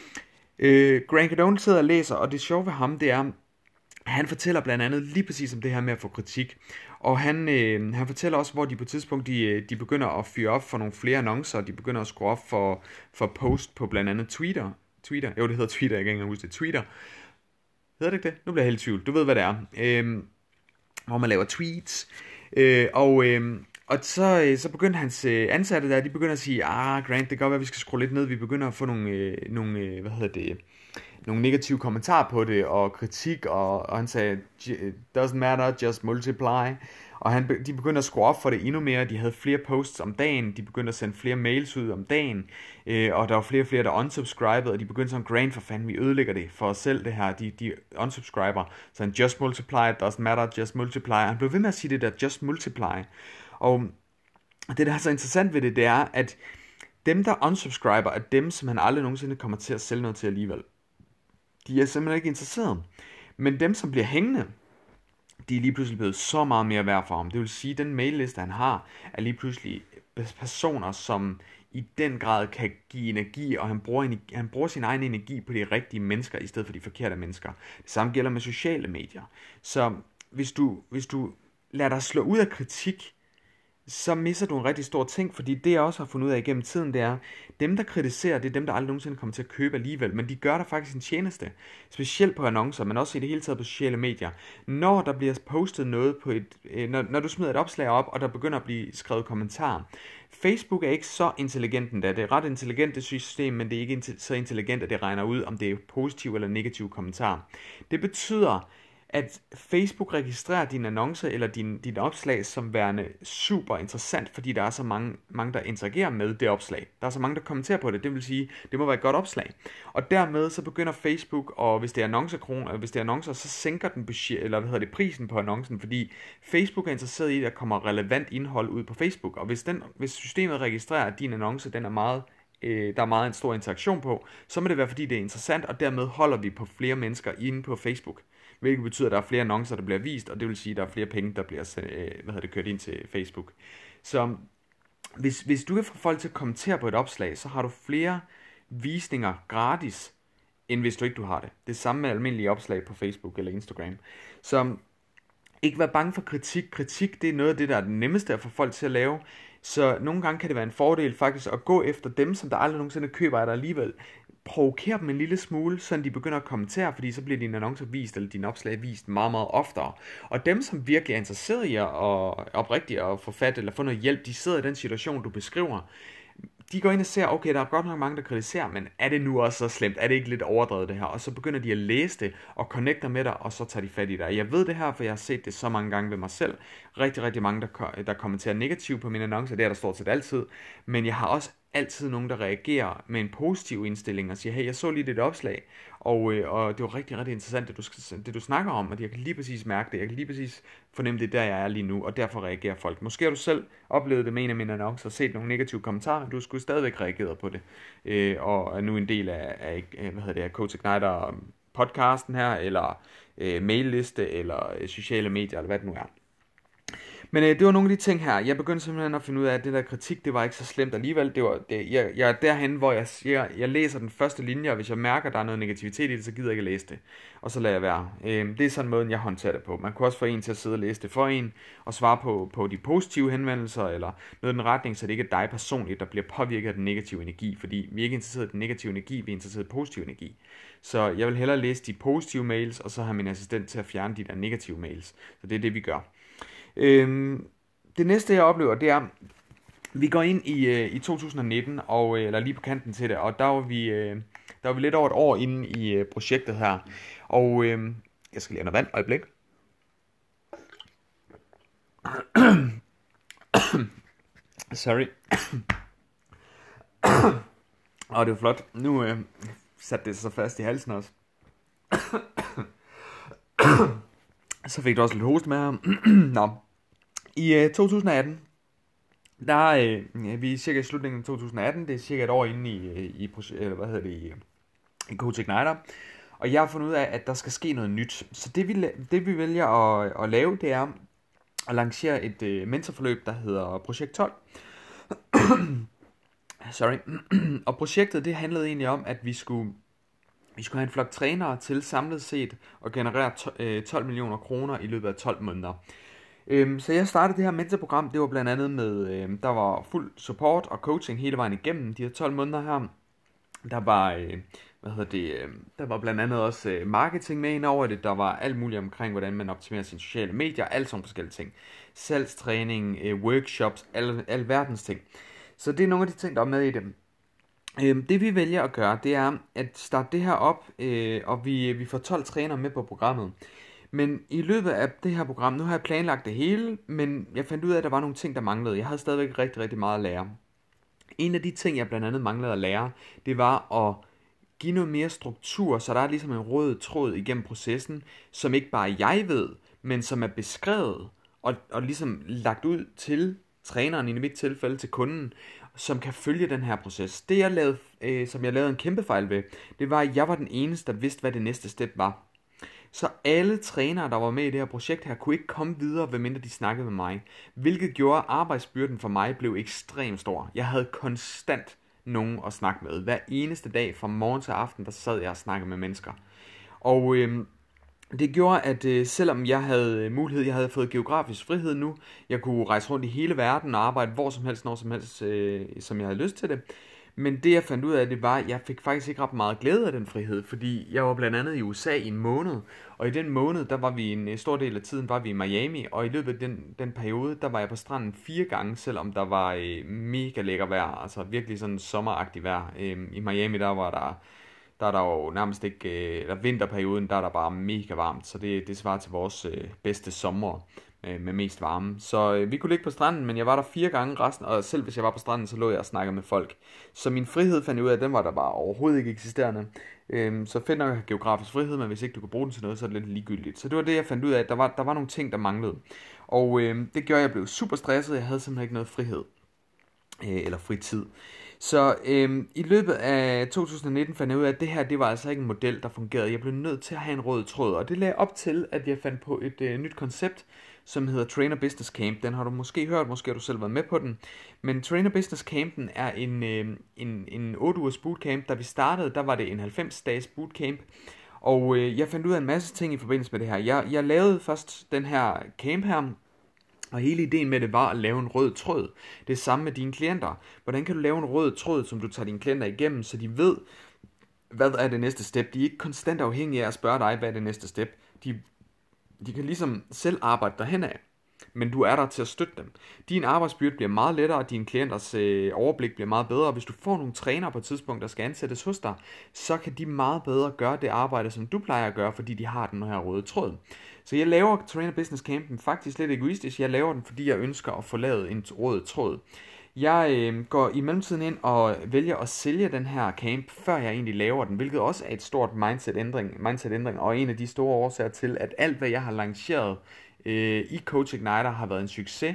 Grant Cardone sidder og læser, og det sjove ved ham, det er, han fortæller blandt andet lige præcis om det her med at få kritik. Og han fortæller også, hvor de på et tidspunkt de begynder at fyre op for nogle flere annoncer, de begynder at skrue op for post på blandt andet Twitter. Jo, det hedder Twitter, jeg kan ikke engang huske det. Twitter. Hedder det ikke det? Nu bliver jeg helt i tvivl. Du ved, hvad det er. Hvor man laver tweets. Og så begyndte hans ansatte der, de begynder at sige, Grant, det kan godt være, at vi skal skrue lidt ned. Vi begynder at få nogle negative kommentarer på det, og kritik, og han sagde, doesn't matter, just multiply. Og de begyndte at skrue op for det endnu mere. De havde flere posts om dagen, de begyndte at sende flere mails ud om dagen, og der var flere og flere, der unsubscribede, og de begyndte sådan, Grant, for fanden, vi ødelægger det for os selv, det her, de unsubscriber. Så han, just multiply, doesn't matter, just multiply. Han blev ved med at sige det der, just multiply. Og det, der er så interessant ved det, det er, at dem, der unsubscriber, er dem, som han aldrig nogensinde kommer til at sælge noget til alligevel. De er simpelthen ikke interesserede. Men dem, som bliver hængende, de er lige pludselig blevet så meget mere værd for ham. Det vil sige, at den mailliste, han har, er lige pludselig personer, som i den grad kan give energi, og han bruger sin egen energi på de rigtige mennesker, i stedet for de forkerte mennesker. Det samme gælder med sociale medier. Så hvis du lader dig slå ud af kritik, så misser du en rigtig stor ting, fordi det jeg også har fundet ud af igennem tiden, det er, dem der kritiserer, det er dem der aldrig nogensinde kommer til at købe alligevel, men de gør der faktisk en tjeneste, specielt på annoncer, men også i det hele taget på sociale medier. Når der bliver postet noget på når du smider et opslag op, og der begynder at blive skrevet kommentarer. Facebook er ikke så intelligent endda, det er ret intelligent det system, men det er ikke så intelligent, at det regner ud, om det er positive eller negative kommentarer. Det betyder, at Facebook registrerer dine annoncer eller din opslag som værende super interessant, fordi der er så mange der interagerer med det opslag. Der er så mange, der kommenterer på det. Det vil sige, det må være et godt opslag. Og dermed så begynder Facebook, og hvis det er annoncer, så sænker den prisen på annoncen, fordi Facebook er interesseret i, at der kommer relevant indhold ud på Facebook. Og hvis systemet registrerer, at din annonce der er meget en stor interaktion på, så må det være, fordi det er interessant, og dermed holder vi på flere mennesker inde på Facebook. Hvilket betyder, at der er flere annoncer, der bliver vist, og det vil sige, at der er flere penge, der bliver kørt ind til Facebook. Så hvis du kan få folk til at kommentere på et opslag, så har du flere visninger gratis, end hvis du har det. Det er samme med almindelige opslag på Facebook eller Instagram. Så ikke være bange for kritik. Kritik, det er noget af det, der er det nemmeste at få folk til at lave. Så nogle gange kan det være en fordel faktisk at gå efter dem, som der aldrig nogensinde køber af dig alligevel. Provokere dem en lille smule, så de begynder at kommentere, fordi så bliver dine annoncer vist, eller dine opslag vist meget, meget oftere. Og dem, som virkelig er interesseret i at oprigtigt at få fat eller få noget hjælp, de sidder i den situation, du beskriver. De går ind og ser, okay, der er godt nok mange, der kritiserer, men er det nu også så slemt? Er det ikke lidt overdrevet det her? Og så begynder de at læse det og connecter med dig, og så tager de fat i dig. Jeg ved det her, for jeg har set det så mange gange ved mig selv. Rigtig, rigtig mange, der kommenterer negativt på mine annoncer, det er der stort set altid. Men jeg har også altid nogen, der reagerer med en positiv indstilling og siger, hey, jeg så lige det opslag, og det var rigtig, rigtig interessant, det du snakker om, og jeg kan lige præcis mærke det, jeg kan lige præcis fornemme det, der jeg er lige nu, og derfor reagerer folk. Måske har du selv oplevet det med en af mine annoncer, og set nogle negative kommentarer, du skulle stadigvæk reagere på det, og er nu en del af Coach Igniter podcasten her, eller mailliste, eller sociale medier, eller hvad det nu er. Men det var nogle af de ting her. Jeg begyndte simpelthen at finde ud af, at det der kritik, det var ikke så slemt alligevel. Jeg er derhen, hvor jeg læser den første linje, og hvis jeg mærker, at der er noget negativitet i det, så gider jeg ikke læse det. Og så lader jeg være. Det er sådan måden, jeg håndterer det på. Man kunne også få en til at sidde og læse det for en, og svare på de positive henvendelser, eller noget i den retning, så det ikke er dig personligt, der bliver påvirket af den negative energi. Fordi vi er ikke interesseret i den negative energi, vi er interesseret i positiv energi. Så jeg vil hellere læse de positive mails, og så have min assistent til at fjerne de der negative mails. Så det er det, vi gør. Det næste jeg oplever, det er, vi går ind i 2019, eller lige på kanten til det, og der var vi lidt over et år inde i projektet her, og jeg skal lige have noget vand, øjeblik. Sorry. Og det var flot. Nu satte det sig fast i halsen også. Så fik du også lidt hoste med her. Nå. I 2018, vi er cirka i slutningen af 2018, det er cirka et år inde i Coach Igniter, og jeg har fundet ud af, at der skal ske noget nyt. Så det vi vælger at lave, det er at lancere et mentorforløb, der hedder Projekt 12. Sorry. Og projektet, det handlede egentlig om, at vi skulle have en flok trænere til samlet set at generere 12 millioner kroner i løbet af 12 måneder. Så jeg startede det her mentorprogram. Det var blandt andet med, der var fuld support og coaching hele vejen igennem de her 12 måneder her. Der var, der var blandt andet også marketing med ind over det. Der var alt muligt omkring, hvordan man optimerer sine sociale medier, alt sådan forskellige ting. Salgstræning, workshops, al verdens ting. Så det er nogle af de ting, der er med i det. Det vi vælger at gøre, det er at starte det her op, og vi får 12 trænere med på programmet. Men i løbet af det her program, nu har jeg planlagt det hele, men jeg fandt ud af, at der var nogle ting, der manglede. Jeg havde stadigvæk rigtig, rigtig meget at lære. En af de ting, jeg blandt andet manglede at lære, det var at give noget mere struktur, så der er ligesom en rød tråd igennem processen, som ikke bare jeg ved, men som er beskrevet og ligesom lagt ud til træneren, i mit tilfælde til kunden, som kan følge den her proces. Det jeg lavede, som jeg lavede en kæmpe fejl ved, det var, at jeg var den eneste, der vidste, hvad det næste step var. Så alle trænere, der var med i det her projekt her, kunne ikke komme videre, medmindre de snakkede med mig. Hvilket gjorde, at arbejdsbyrden for mig blev ekstremt stor. Jeg havde konstant nogen at snakke med. Hver eneste dag fra morgen til aften, der sad jeg og snakkede med mennesker. Og Det gjorde, at selvom jeg havde mulighed, jeg havde fået geografisk frihed nu, jeg kunne rejse rundt i hele verden og arbejde hvor som helst, når som helst, som jeg havde lyst til det. Men det jeg fandt ud af, det var, at jeg fik faktisk ikke ret meget glæde af den frihed, fordi jeg var blandt andet i USA i en måned, og i den måned, der var vi en stor del af tiden, var vi i Miami, og i løbet af den periode, der var jeg på stranden 4 gange, selvom der var mega lækker vejr, altså virkelig sådan sommeragtigt vejr. I Miami, der er der jo nærmest ikke, eller vinterperioden, der er der bare mega varmt, så det svarer til vores bedste sommer med mest varme. Så vi kunne ligge på stranden, men jeg var der 4 gange resten, og selv hvis jeg var på stranden, så lå jeg og snakkede med folk. Så min frihed fandt jeg ud af, at den var der bare overhovedet ikke eksisterende. Så fedt nok at have geografisk frihed, men hvis ikke du kan bruge den til noget, så er det lidt ligegyldigt. Så det var det, jeg fandt ud af, at der var nogle ting, der manglede. Og det gjorde, at jeg blev super stresset, jeg havde simpelthen ikke noget frihed. Eller fritid. Så i løbet af 2019 fandt jeg ud af, at det her, det var altså ikke en model, der fungerede. Jeg blev nødt til at have en rød tråd, og det lagde op til, at jeg fandt på et nyt koncept, som hedder Trainer Business Camp. Den har du måske hørt, måske har du selv været med på den. Men Trainer Business Campen er en 8 ugers bootcamp. Da vi startede, der var det en 90 dages bootcamp. Og jeg fandt ud af en masse ting i forbindelse med det her. Jeg lavede først den her camp her, og hele ideen med det var at lave en rød tråd. Det er samme med dine klienter. Hvordan kan du lave en rød tråd, som du tager dine klienter igennem, så de ved, hvad er det næste step? De er ikke konstant afhængige af at spørge dig, hvad er det næste step. De kan ligesom selv arbejde derhen af, men du er der til at støtte dem. Din arbejdsbyrde bliver meget lettere, og dine klienters overblik bliver meget bedre. Hvis du får nogle trænere på et tidspunkt, der skal ansættes hos dig, så kan de meget bedre gøre det arbejde, som du plejer at gøre, fordi de har den her røde tråd. Så jeg laver Trainer Business Campen faktisk lidt egoistisk. Jeg laver den, fordi jeg ønsker at få lavet en rød tråd. Jeg går i mellemtiden ind og vælger at sælge den her camp, før jeg egentlig laver den, hvilket også er et stort mindset-ændring, og en af de store årsager til, at alt hvad jeg har lanceret i Coach Igniter har været en succes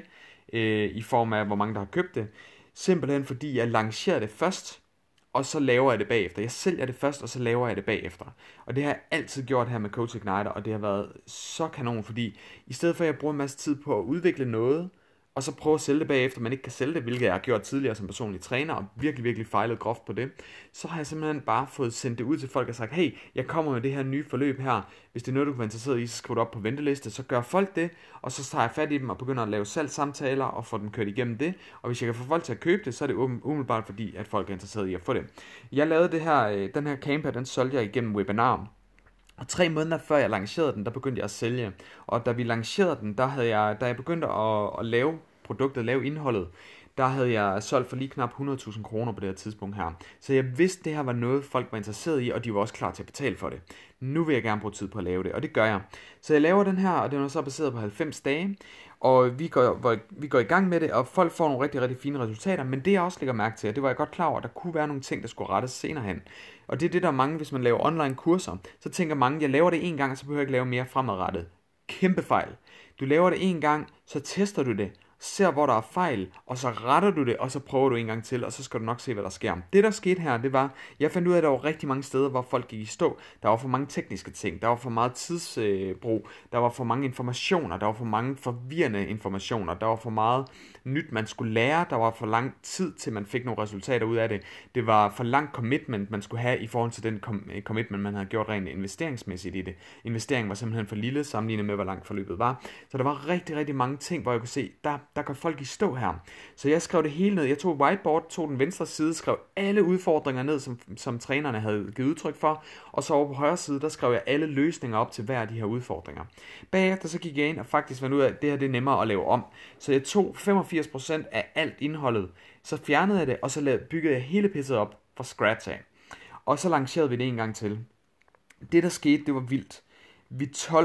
i form af, hvor mange der har købt det. Simpelthen fordi jeg lancerer det først, og så laver jeg det bagefter. Jeg sælger det først, og så laver jeg det bagefter. Og det har jeg altid gjort her med Coach Igniter, og det har været så kanon, fordi i stedet for at jeg bruger en masse tid på at udvikle noget, og så prøve at sælge det bagefter, man ikke kan sælge det, hvilket jeg har gjort tidligere som personlig træner, og virkelig fejlet groft på det, så har jeg simpelthen bare fået sendt det ud til folk og sagt, hey, jeg kommer med det her nye forløb her, hvis det er noget, du kan være interesseret i, så skriv det op på venteliste, så gør folk det, og så tager jeg fat i dem og begynder at lave salgssamtaler og få dem kørt igennem det, og hvis jeg kan få folk til at købe det, så er det umiddelbart fordi, at folk er interesseret i at få det. Jeg lavede den her camp her, den solgte jeg igennem webinar. Og 3 måneder før jeg lancerede den, der begyndte jeg at sælge. Og da vi lancerede den, da jeg begyndte at lave produktet, lave indholdet, der havde jeg solgt for lige knap 100.000 kroner på det her tidspunkt her. Så jeg vidste, det her var noget, folk var interesseret i, og de var også klar til at betale for det. Nu vil jeg gerne bruge tid på at lave det, og det gør jeg. Så jeg laver den her, og den er så baseret på 90 dage, og vi går i gang med det, og folk får nogle rigtig fine resultater, men det jeg også lægger mærke til, og det var jeg godt klar over, at der kunne være nogle ting, der skulle rettes senere hen. Og det er det, der er mange, hvis man laver online kurser, så tænker mange, jeg laver det en gang, og så behøver jeg ikke lave mere fremadrettet. Kæmpe fejl. Du laver det en gang, så tester du det, ser hvor der er fejl, og så retter du det, og så prøver du en gang til, og så skal du nok se, hvad der sker. Det der skete her, det var, jeg fandt ud af, at der var rigtig mange steder, hvor folk gik i stå. Der var for mange tekniske ting, der var for meget tidsbrug, der var for mange informationer, der var for mange forvirrende informationer, der var for meget nyt, man skulle lære, der var for lang tid, til man fik nogle resultater ud af det. Det var for lang commitment, man skulle have i forhold til den commitment, man havde gjort rent investeringsmæssigt i det. Investeringen var simpelthen for lille, sammenlignet med, hvor langt forløbet var. Så der var rigtig mange ting, hvor jeg kunne se, der går folk i stå her. Så jeg skrev det hele ned. Jeg tog whiteboard, tog den venstre side, skrev alle udfordringer ned, som trænerne havde givet udtryk for, og så over på højre side, der skrev jeg alle løsninger op til hver af de her udfordringer. Bagefter så gik jeg ind og faktisk fandt ud af, at det her det er nemmere at lave om. Så jeg tog 85% af alt indholdet, så fjernede jeg det, og så byggede jeg hele pisset op fra scratch af. Og så lancerede vi det en gang til. Det der skete, det var vildt. Vi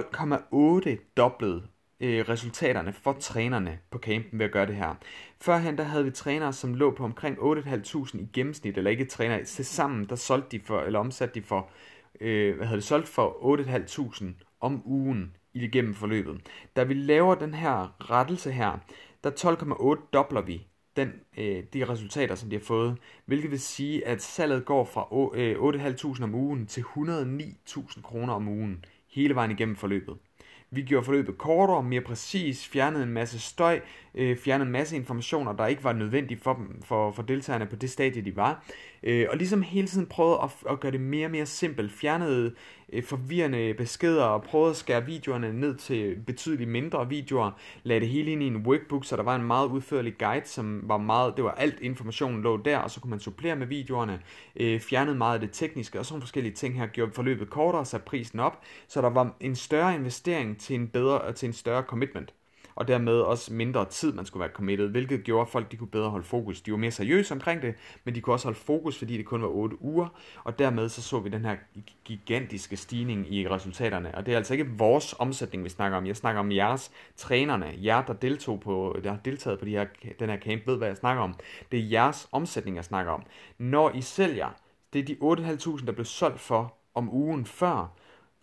12,8 doblede resultaterne for trænerne på campen ved at gøre det her. Førhen der havde vi trænere, som lå på omkring 8.500 i gennemsnit, eller ikke trænere, til sammen, der solgte de for, eller omsatte de for, solgt for 8.500 om ugen igennem forløbet. Da vi laver den her rettelse her, der 12,8 dobler vi de resultater, som de har fået, hvilket vil sige, at salget går fra 8.500 om ugen til 109.000 kroner om ugen, hele vejen igennem forløbet. Vi gjorde forløbet kortere, mere præcis, fjernede en masse støj, fjernede en masse informationer, der ikke var nødvendige for deltagerne på det stadie, de var. Og ligesom hele tiden prøvede at gøre det mere og mere simpelt, fjernede forvirrende beskeder og prøvede at skære videoerne ned til betydeligt mindre videoer, lagde det hele ind i en workbook, så der var en meget udførlig guide, som var meget, det var alt informationen lå der, og så kunne man supplere med videoerne, fjernede meget af det tekniske, og sådan forskellige ting her, gjorde forløbet kortere, satte prisen op, så der var en større investering til en større commitment. Og dermed også mindre tid, man skulle være committed, hvilket gjorde, at folk de kunne bedre holde fokus. De var mere seriøse omkring det, men de kunne også holde fokus, fordi det kun var 8 uger, og dermed så vi den her gigantiske stigning i resultaterne. Og det er altså ikke vores omsætning, vi snakker om. Jeg snakker om jeres trænerne, jer, der har deltaget på den her camp, ved hvad jeg snakker om. Det er jeres omsætning, jeg snakker om. Når I sælger, det er de 8.500, der blev solgt for om ugen før,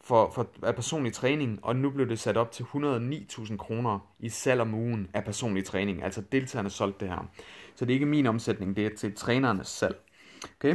af personlig træning, og nu blev det sat op til 109.000 kroner i salg om ugen af personlig træning. Altså deltagerne solgte det her. Så det er ikke min omsætning, det er til trænernes salg. Okay?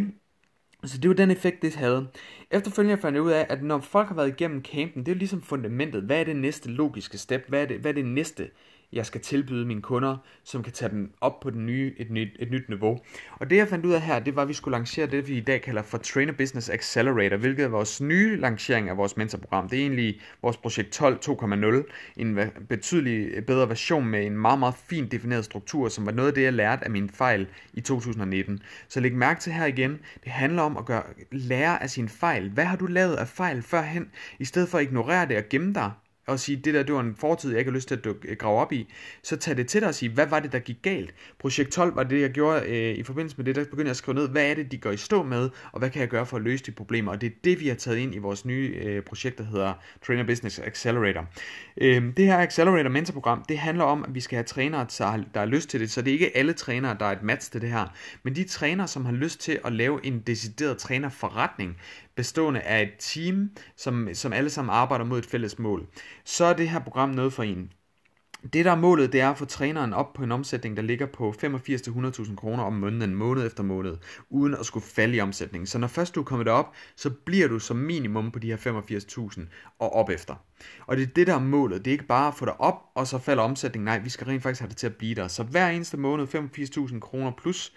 Så det var den effekt, det havde. Efterfølgende fandt jeg ud af, at når folk har været igennem campen, det er jo ligesom fundamentet. Hvad er det næste logiske step? Hvad er det næste, jeg skal tilbyde mine kunder, som kan tage dem op på et nyt niveau? Og det jeg fandt ud af her, det var, at vi skulle lancere det, vi i dag kalder for Trainer Business Accelerator, hvilket er vores nye lancering af vores mentorprogram. Det er egentlig vores projekt 12 2.0, en betydelig bedre version med en meget, meget fint defineret struktur, som var noget af det, jeg lærte af mine fejl i 2019. Så læg mærke til her igen, det handler om at lære af sine fejl. Hvad har du lavet af fejl førhen, i stedet for at ignorere det og gemme dig? Og sige, det var en fortid, jeg ikke har lyst til at grave op i, så tag det til dig og sige, hvad var det, der gik galt? Projekt 12 var det, jeg gjorde i forbindelse med det, der begyndte jeg at skrive ned, hvad er det, de går i stå med, og hvad kan jeg gøre for at løse de problemer? Og det er det, vi har taget ind i vores nye projekt, der hedder Trainer Business Accelerator. Det her Accelerator mentorprogram, det handler om, at vi skal have trænere, der har lyst til det, så det er ikke alle trænere, der er et match til det her, men de trænere, som har lyst til at lave en decideret trænerforretning, bestående af et team, som alle sammen arbejder mod et fælles mål, så er det her program noget for en. Det der er målet, det er at få træneren op på en omsætning, der ligger på 85-100.000 kroner om måneden, måned efter måned, uden at skulle falde i omsætningen. Så når først du er kommet derop, så bliver du som minimum på de her 85.000 og op efter. Og det er det der er målet. Det er ikke bare at få dig op, og så falder omsætningen. Nej, vi skal rent faktisk have det til at blive der. Så hver eneste måned 85.000 kroner plus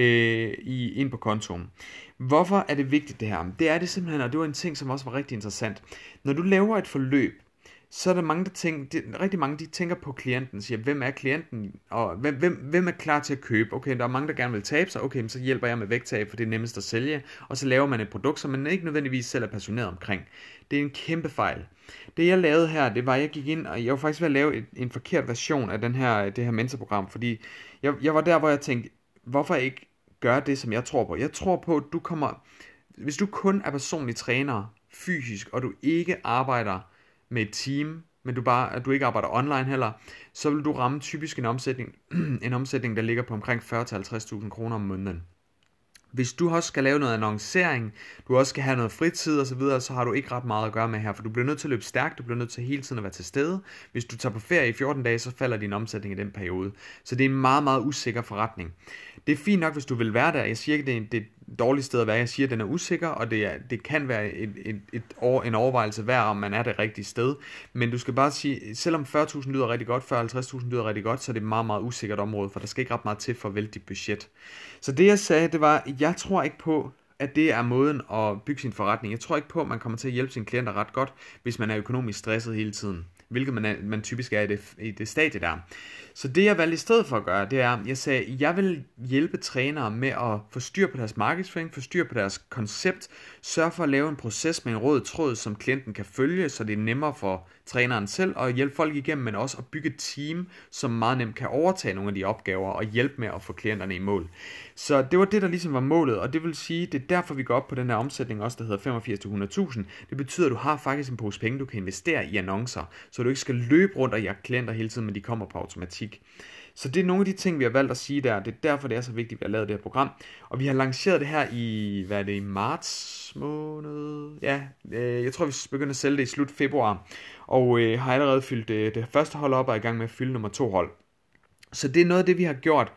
ind på kontoen. Hvorfor er det vigtigt det her? Det er det simpelthen, og det var en ting, som også var rigtig interessant. Når du laver et forløb, så er der mange, rigtig mange, de tænker på klienten, siger, hvem er klienten, og hvem er klar til at købe? Okay, der er mange, der gerne vil tabe sig, okay, så hjælper jeg med vægttab, for det er nemmest at sælge, og så laver man et produkt, som man ikke nødvendigvis selv er passioneret omkring. Det er en kæmpe fejl. Det jeg lavede her, det var, at jeg gik ind, og jeg var faktisk ved at lave en forkert version af det her mentorprogram, fordi jeg var der, hvor jeg tænkte, hvorfor ikke gøre det, som jeg tror på? Jeg tror på, at hvis du kun er personlig træner fysisk, og du ikke arbejder med et team, men du ikke arbejder online heller, så vil du ramme typisk en omsætning, der ligger på omkring 40-50.000 kroner om måneden. Hvis du også skal lave noget annoncering, du også skal have noget fritid og så videre, så har du ikke ret meget at gøre med her, for du bliver nødt til at løbe stærkt, du bliver nødt til hele tiden at være til stede. Hvis du tager på ferie i 14 dage, så falder din omsætning i den periode. Så det er en meget, meget usikker forretning. Det er fint nok, hvis du vil være der. Jeg siger ikke, det er et dårligt sted at være. Jeg siger, at den er usikker, og det kan være en overvejelse værd, om man er det rigtige sted. Men du skal bare sige, selvom 40.000 lyder rigtig godt, 40-50.000 lyder rigtig godt, så er det et meget, meget usikkert område, for der skal ikke ret meget til for at vælte dit budget. Så det jeg sagde, det var, jeg tror ikke på, at det er måden at bygge sin forretning. Jeg tror ikke på, at man kommer til at hjælpe sine klienter ret godt, hvis man er økonomisk stresset hele tiden. Hvilket man typisk er i det stadie der. Så det jeg valgte i stedet for at gøre, det er, jeg sagde, jeg vil hjælpe trænere med at få styr på deres markedsføring, få styr på deres koncept, sørge for at lave en proces med en rød tråd, som klienten kan følge, så det er nemmere for træneren selv at hjælpe folk igennem, men også at bygge et team, som meget nemt kan overtage nogle af de opgaver og hjælpe med at få klienterne i mål. Så det var det, der ligesom var målet, og det vil sige, det er derfor, vi går op på den her omsætning også, der hedder 85-100.000. Det betyder, at du har faktisk en pose penge, du kan investere i annoncer, så du ikke skal løbe rundt og jagte klienter hele tiden, men de kommer på automatik. Så det er nogle af de ting, vi har valgt at sige der. Det er derfor, det er så vigtigt, at vi har lavet det her program. Og vi har lanceret det her i marts måned? Ja, jeg tror, vi begynder at sælge det i slut februar. Og har allerede fyldt det første hold op og er i gang med at fylde nummer 2 hold. Så det er noget af det, vi har gjort,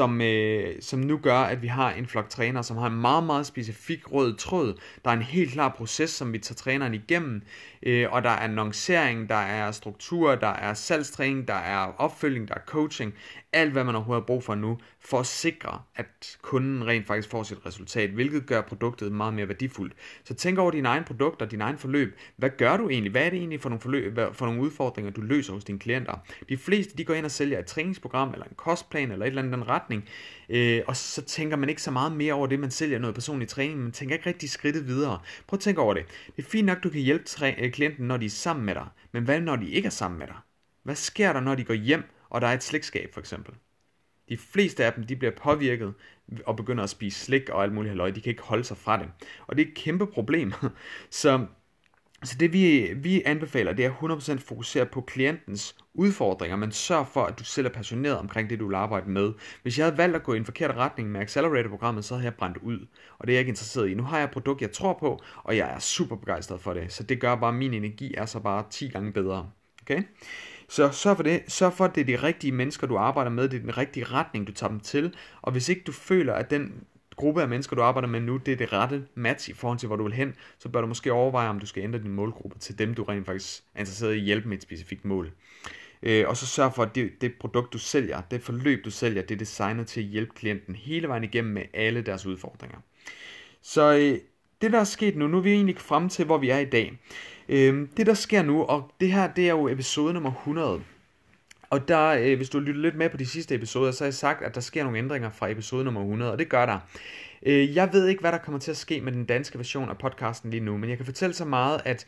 som nu gør, at vi har en flok trænere, som har en meget, meget specifik rød tråd. Der er en helt klar proces, som vi tager træneren igennem, og der er annoncering, der er struktur, der er salgstræning, der er opfølging, der er coaching. Alt, hvad man overhovedet har brug for nu, for at sikre, at kunden rent faktisk får sit resultat, hvilket gør produktet meget mere værdifuldt. Så tænk over dine egne produkter, dine egne forløb. Hvad gør du egentlig? Hvad er det egentlig for nogle forløb, for nogle udfordringer, du løser hos dine klienter? De fleste, de går ind og sælger et træningsprogram, eller en kostplan, eller et eller andet den retning, og så tænker man ikke så meget mere over det, man sælger noget personlig træning, man tænker ikke rigtig skridtet videre. Prøv at tænke over det. Det er fint nok, du kan hjælpe klienten, når de er sammen med dig, men hvad når de ikke er sammen med dig? Hvad sker der, når de går hjem, og der er et slikskab for eksempel? De fleste af dem, de bliver påvirket og begynder at spise slik og alt muligt halløj. De kan ikke holde sig fra det. Og det er et kæmpe problem. Så det vi anbefaler, det er 100% fokusere på klientens udfordringer, men sørg for, at du selv er passioneret omkring det, du vil arbejde med. Hvis jeg havde valgt at gå i en forkert retning med Accelerator-programmet, så havde jeg brændt ud. Og det er jeg ikke interesseret i. Nu har jeg et produkt, jeg tror på, og jeg er super begejstret for det. Så det gør bare, at min energi er så bare 10 gange bedre. Okay? Så sørg for det. Sørg for, at det er de rigtige mennesker, du arbejder med. Det er den rigtige retning, du tager dem til. Og hvis ikke du føler, at den gruppe af mennesker, du arbejder med nu, det er det rette match i forhold til, hvor du vil hen, så bør du måske overveje, om du skal ændre din målgruppe til dem, du rent faktisk er interesseret i at hjælpe med et specifikt mål. Og så sørg for, at det produkt, du sælger, det forløb, du sælger, det er designet til at hjælpe klienten hele vejen igennem med alle deres udfordringer. Så det, der er sket nu er vi egentlig fremme til, hvor vi er i dag. Det, der sker nu, og det her, det er jo episode nummer 100. Og der, hvis du lytter lidt med på de sidste episoder, så har jeg sagt, at der sker nogle ændringer fra episode nummer 100, og det gør der. Jeg ved ikke, hvad der kommer til at ske med den danske version af podcasten lige nu, men jeg kan fortælle så meget, at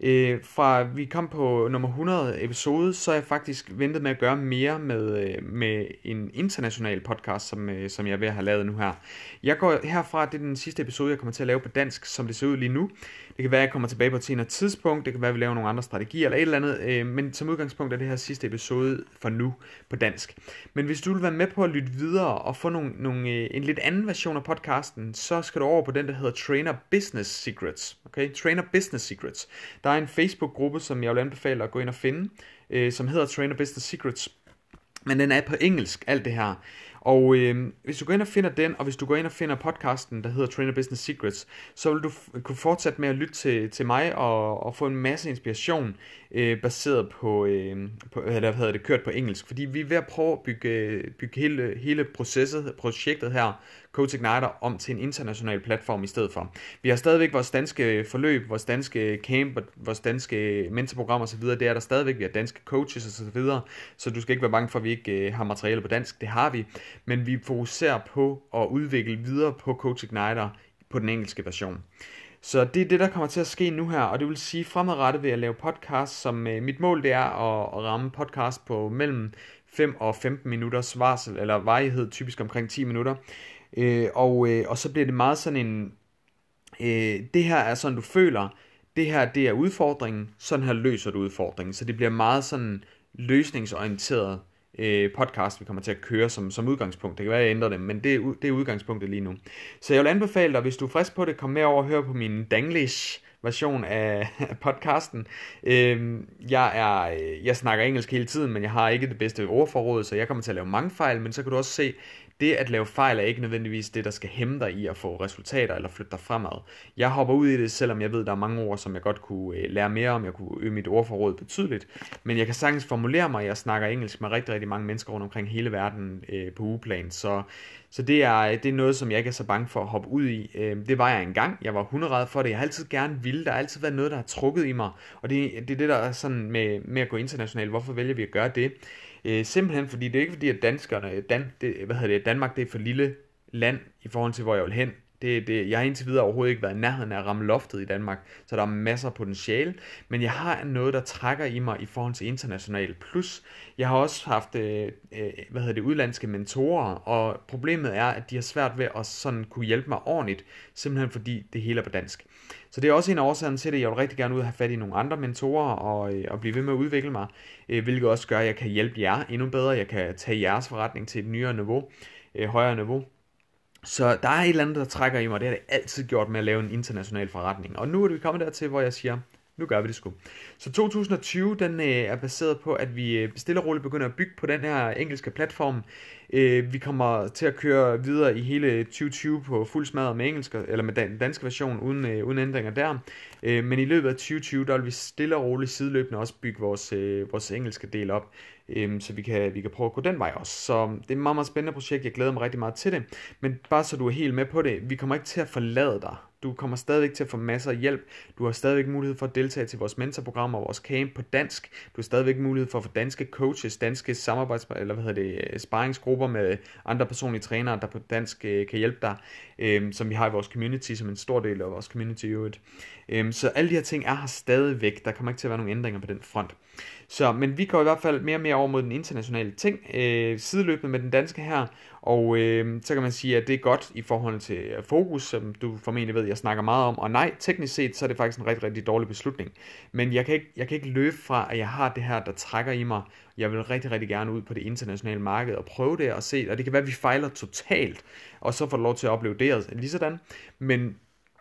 fra vi kom på nummer 100 episode, så er jeg faktisk ventet med at gøre mere med en international podcast, som jeg er ved at have lavet nu her. Jeg går herfra, det er den sidste episode, jeg kommer til at lave på dansk, som det ser ud lige nu. Det kan være, at jeg kommer tilbage på et senere tidspunkt, det kan være, at vi laver nogle andre strategier eller et eller andet, men som udgangspunkt er det her sidste episode for nu på dansk. Men hvis du vil være med på at lytte videre og få en lidt anden version af podcasten, så skal du over på den, der hedder Trainer Business Secrets. Okay? Trainer Business Secrets. Der er en Facebook-gruppe, som jeg vil anbefale at gå ind og finde, som hedder Trainer Business Secrets. Men den er på engelsk, alt det her. Og hvis du går ind og finder den, og hvis du går ind og finder podcasten, der hedder Trainer Business Secrets, så vil du kunne fortsætte med at lytte til mig og få en masse inspiration baseret på kørt på engelsk. Fordi vi er ved at prøve at bygge hele projektet her, Coach Igniter, om til en international platform i stedet for. Vi har stadigvæk vores danske forløb, vores danske camp, vores danske mentorprogram osv. Det er der stadigvæk. Vi har danske coaches osv. Så du skal ikke være bange for, at vi ikke har materiale på dansk. Det har vi. Men vi fokuserer på at udvikle videre på Coach Igniter på den engelske version. Så det er det, der kommer til at ske nu her, og det vil sige fremadrettet ved at lave podcast, som mit mål det er at ramme podcast på mellem 5 og 15 minutters varsel, eller varighed, typisk omkring 10 minutter. Og så bliver det meget sådan en, det her er sådan du føler, det her det er udfordringen, sådan her løser du udfordringen, så det bliver meget sådan løsningsorienteret podcast, vi kommer til at køre som udgangspunkt. Det kan være, at jeg ændrer det, men det er udgangspunktet lige nu. Så jeg vil anbefale dig, hvis du er frisk på det, kom med over og hør på min Danglish version af podcasten. Jeg snakker engelsk hele tiden, men jeg har ikke det bedste ordforråd, så jeg kommer til at lave mange fejl, men så kan du også se, det at lave fejl er ikke nødvendigvis det, der skal hæmme dig i at få resultater eller flytte dig fremad. Jeg hopper ud i det, selvom jeg ved, der er mange ord, som jeg godt kunne lære mere om. Jeg kunne øge mit ordforråd betydeligt, men jeg kan sagtens formulere mig. Jeg snakker engelsk med rigtig, rigtig mange mennesker rundt omkring hele verden på ugeplan, så det er noget, som jeg ikke er så bange for at hoppe ud i. Det var jeg engang. Jeg var hunderad for det. Jeg har altid gerne ville. Der har altid været noget, der har trukket i mig, og det er det, der er sådan med at gå internationalt. Hvorfor vælger vi at gøre det? Simpelthen fordi det er ikke fordi, at Danmark det er for lille land i forhold til, hvor jeg vil hen. Jeg har indtil videre overhovedet ikke været i nærheden af at ramme loftet i Danmark, så der er masser af potentiale, men jeg har noget, der trækker i mig i forhold til internationalt. Plus, jeg har også haft udlandske mentorer, og problemet er, at de har svært ved at sådan kunne hjælpe mig ordentligt, simpelthen fordi det hele er på dansk. Så det er også en årsag til det, jeg vil rigtig gerne ud og have fat i nogle andre mentorer og blive ved med at udvikle mig, hvilket også gør, at jeg kan hjælpe jer endnu bedre, jeg kan tage jeres forretning til et nyere niveau, højere niveau. Så der er et eller andet, der trækker i mig, det har det altid gjort med at lave en international forretning. Og nu er vi kommet dertil, hvor jeg siger, nu gør vi det sgu. Så 2020, den er baseret på, at vi stille og roligt begynder at bygge på den her engelske platform. Vi kommer til at køre videre i hele 2020 på fuld smadret med engelsk, eller med den danske version, uden ændringer der. Men i løbet af 2020, der vil vi stille og roligt sideløbende også bygge vores engelske del op, så vi kan prøve at gå den vej også. Så det er et meget, meget spændende projekt, jeg glæder mig rigtig meget til det. Men bare så du er helt med på det, vi kommer ikke til at forlade dig. Du kommer stadigvæk til at få masser af hjælp. Du har stadigvæk mulighed for at deltage til vores mentorprogrammer og vores camp på dansk. Du har stadigvæk mulighed for at få danske coaches, danske sparringsgrupper med andre personlige trænere, der på dansk kan hjælpe dig, som vi har i vores community, som en stor del af vores community i øvrigt. Så alle de her ting er her stadigvæk. Der kommer ikke til at være nogen ændringer på den front. Men vi går i hvert fald mere og mere over mod den internationale ting, sideløbende med den danske her, og så kan man sige, at det er godt i forhold til fokus, som du formentlig ved, jeg snakker meget om, og nej, teknisk set, så er det faktisk en rigtig, rigtig dårlig beslutning, men jeg kan ikke løbe fra, at jeg har det her, der trækker i mig. Jeg vil rigtig, rigtig gerne ud på det internationale marked og prøve det og se, og det kan være, at vi fejler totalt, og så får lov til at opleve det lige sådan, men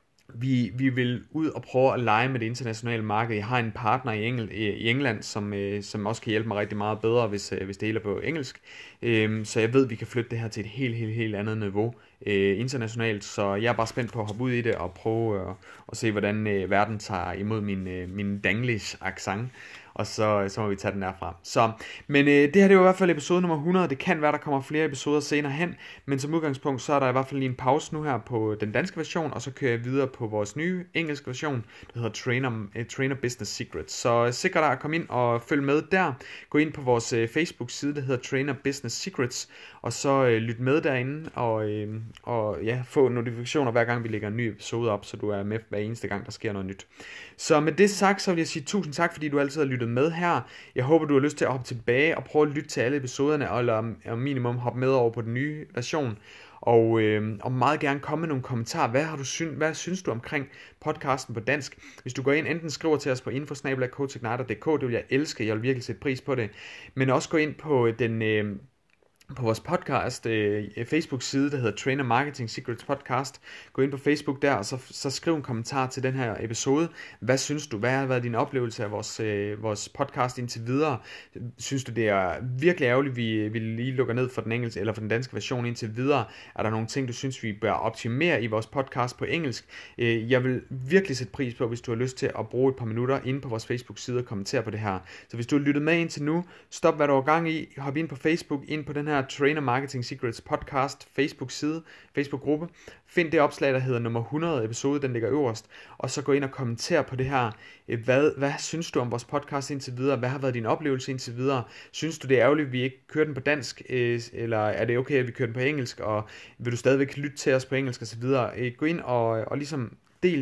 vi vil ud og prøve at lege med det internationale marked. Jeg har en partner i England, som også kan hjælpe mig rigtig meget bedre, hvis det hele er på engelsk. Så jeg ved, at vi kan flytte det her til et helt andet niveau internationalt. Så jeg er bare spændt på at hoppe ud i det og prøve at se, hvordan verden tager imod min danglish accent. Og så må vi tage den derfra. Men det her det er i hvert fald episode nummer 100. Det kan være, der kommer flere episoder senere hen. Men som udgangspunkt, så er der i hvert fald lige en pause nu her på den danske version. Og så kører jeg videre på vores nye engelske version, der hedder Trainer Business Secrets. Så sikre dig at komme ind og følge med der. Gå ind på vores Facebook-side, der hedder Trainer Business Secrets. Og så lyt med derinde og få notifikationer hver gang vi lægger en ny episode op, så du er med hver eneste gang, der sker noget nyt. Så med det sagt, så vil jeg sige tusind tak, fordi du altid har lyttet med her. Jeg håber, du har lyst til at hoppe tilbage og prøve at lytte til alle episoderne, eller minimum hoppe med over på den nye version. Og meget gerne komme med nogle kommentarer. Hvad synes du omkring podcasten på dansk? Hvis du går ind, enten skriver til os på info@coachigniter.dk, det vil jeg elske, jeg vil virkelig sætte pris på det. Men også gå ind på på vores podcast Facebook-side, der hedder Trainer Marketing Secrets Podcast. Gå ind på Facebook der, og så skriv en kommentar til den her episode. Hvad synes du? Hvad har været din oplevelse af vores podcast indtil videre? Synes du, det er virkelig ærgerligt, vi lige lukker ned for den engelske eller for den danske version indtil videre? Er der nogle ting, du synes, vi bør optimere i vores podcast på engelsk? Jeg vil virkelig sætte pris på, hvis du har lyst til at bruge et par minutter inde på vores Facebook-side og kommentere på det her. Så hvis du har lyttet med indtil nu, stop hvad du er gang i, hop ind på Facebook, ind på den her Trainer Marketing Secrets podcast Facebook-side, Facebook-gruppe. Find det opslag, der hedder nummer 100 episode, den ligger øverst, og så gå ind og kommentere på det her. Hvad synes du om vores podcast indtil videre? Hvad har været din oplevelse indtil videre? Synes du, det er ærgerligt, at vi ikke kører den på dansk, eller er det okay, at vi kører den på engelsk, og vil du stadigvæk lytte til os på engelsk osv.? Gå ind og ligesom del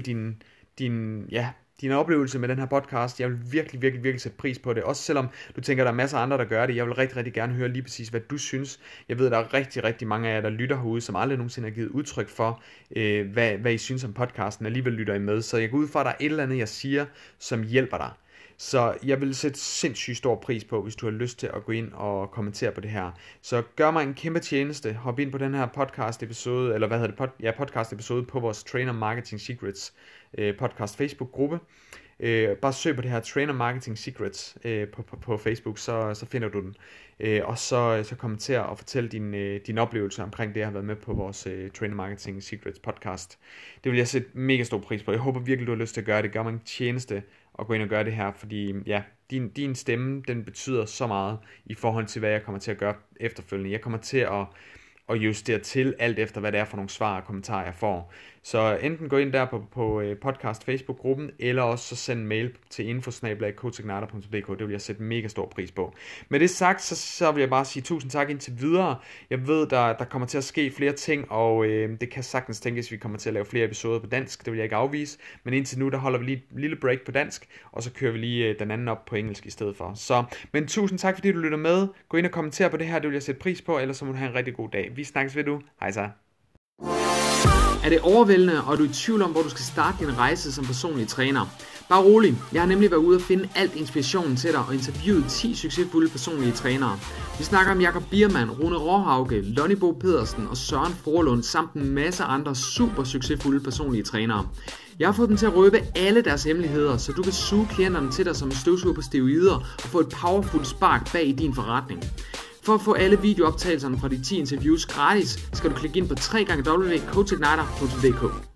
din oplevelse med den her podcast. Jeg vil virkelig sætte pris på det. Også selvom du tænker, der er masser af andre, der gør det. Jeg vil rigtig gerne høre lige præcis, hvad du synes. Jeg ved, der er rigtig mange af jer, der lytter herude, som aldrig nogensinde har givet udtryk for, hvad I synes om podcasten. Alligevel lytter I med. Så jeg går ud fra, at der er et eller andet, jeg siger, som hjælper dig. Så jeg vil sætte sindssygt stor pris på, hvis du har lyst til at gå ind og kommentere på det her. Så gør mig en kæmpe tjeneste. Hop ind på den her podcast episode, eller hvad hedder det? Podcast episode på vores Trainer Marketing Secrets podcast Facebook gruppe. Bare søg på det her Trainer Marketing Secrets på Facebook, så finder du den. Og så kommenter og fortæl din oplevelse omkring det, jeg har været med på vores Trainer Marketing Secrets podcast. Det vil jeg sætte mega stor pris på. Jeg håber virkelig, du har lyst til at gøre det. Gør mig en tjeneste og gå ind og gøre det her, fordi din stemme, den betyder så meget i forhold til, hvad jeg kommer til at gøre efterfølgende. Jeg kommer til at justere til alt efter, hvad det er for nogle svar og kommentarer, jeg får. Så enten gå ind der på podcast Facebook-gruppen, eller også så send en mail til info@coachigniter.dk. Det vil jeg sætte mega stor pris på. Med det sagt, så vil jeg bare sige tusind tak indtil videre. Jeg ved, der kommer til at ske flere ting, og det kan sagtens tænkes, at vi kommer til at lave flere episoder på dansk. Det vil jeg ikke afvise. Men indtil nu, der holder vi lige et lille break på dansk, og så kører vi lige den anden op på engelsk i stedet for. Men tusind tak, fordi du lytter med. Gå ind og kommenter på det her, det vil jeg sætte pris på, ellers så må du have en rigtig god dag. Vi snakkes ved du. Hej så.
Er det overvældende, og er du i tvivl om, hvor du skal starte din rejse som personlig træner? Bare rolig, jeg har nemlig været ude og finde alt inspirationen til dig og interviewet 10 succesfulde personlige trænere. Vi snakker om Jakob Biermann, Rune Råhauke, Lonnie Bo Pedersen og Søren Forlund samt en masse andre super succesfulde personlige trænere. Jeg har fået dem til at røbe alle deres hemmeligheder, så du kan suge klienterne til dig som en støvsuger på steroider og få et powerful spark bag i din forretning. For at få alle videooptagelserne fra de 10 interviews gratis, skal du klikke ind på www.coachigniter.dk.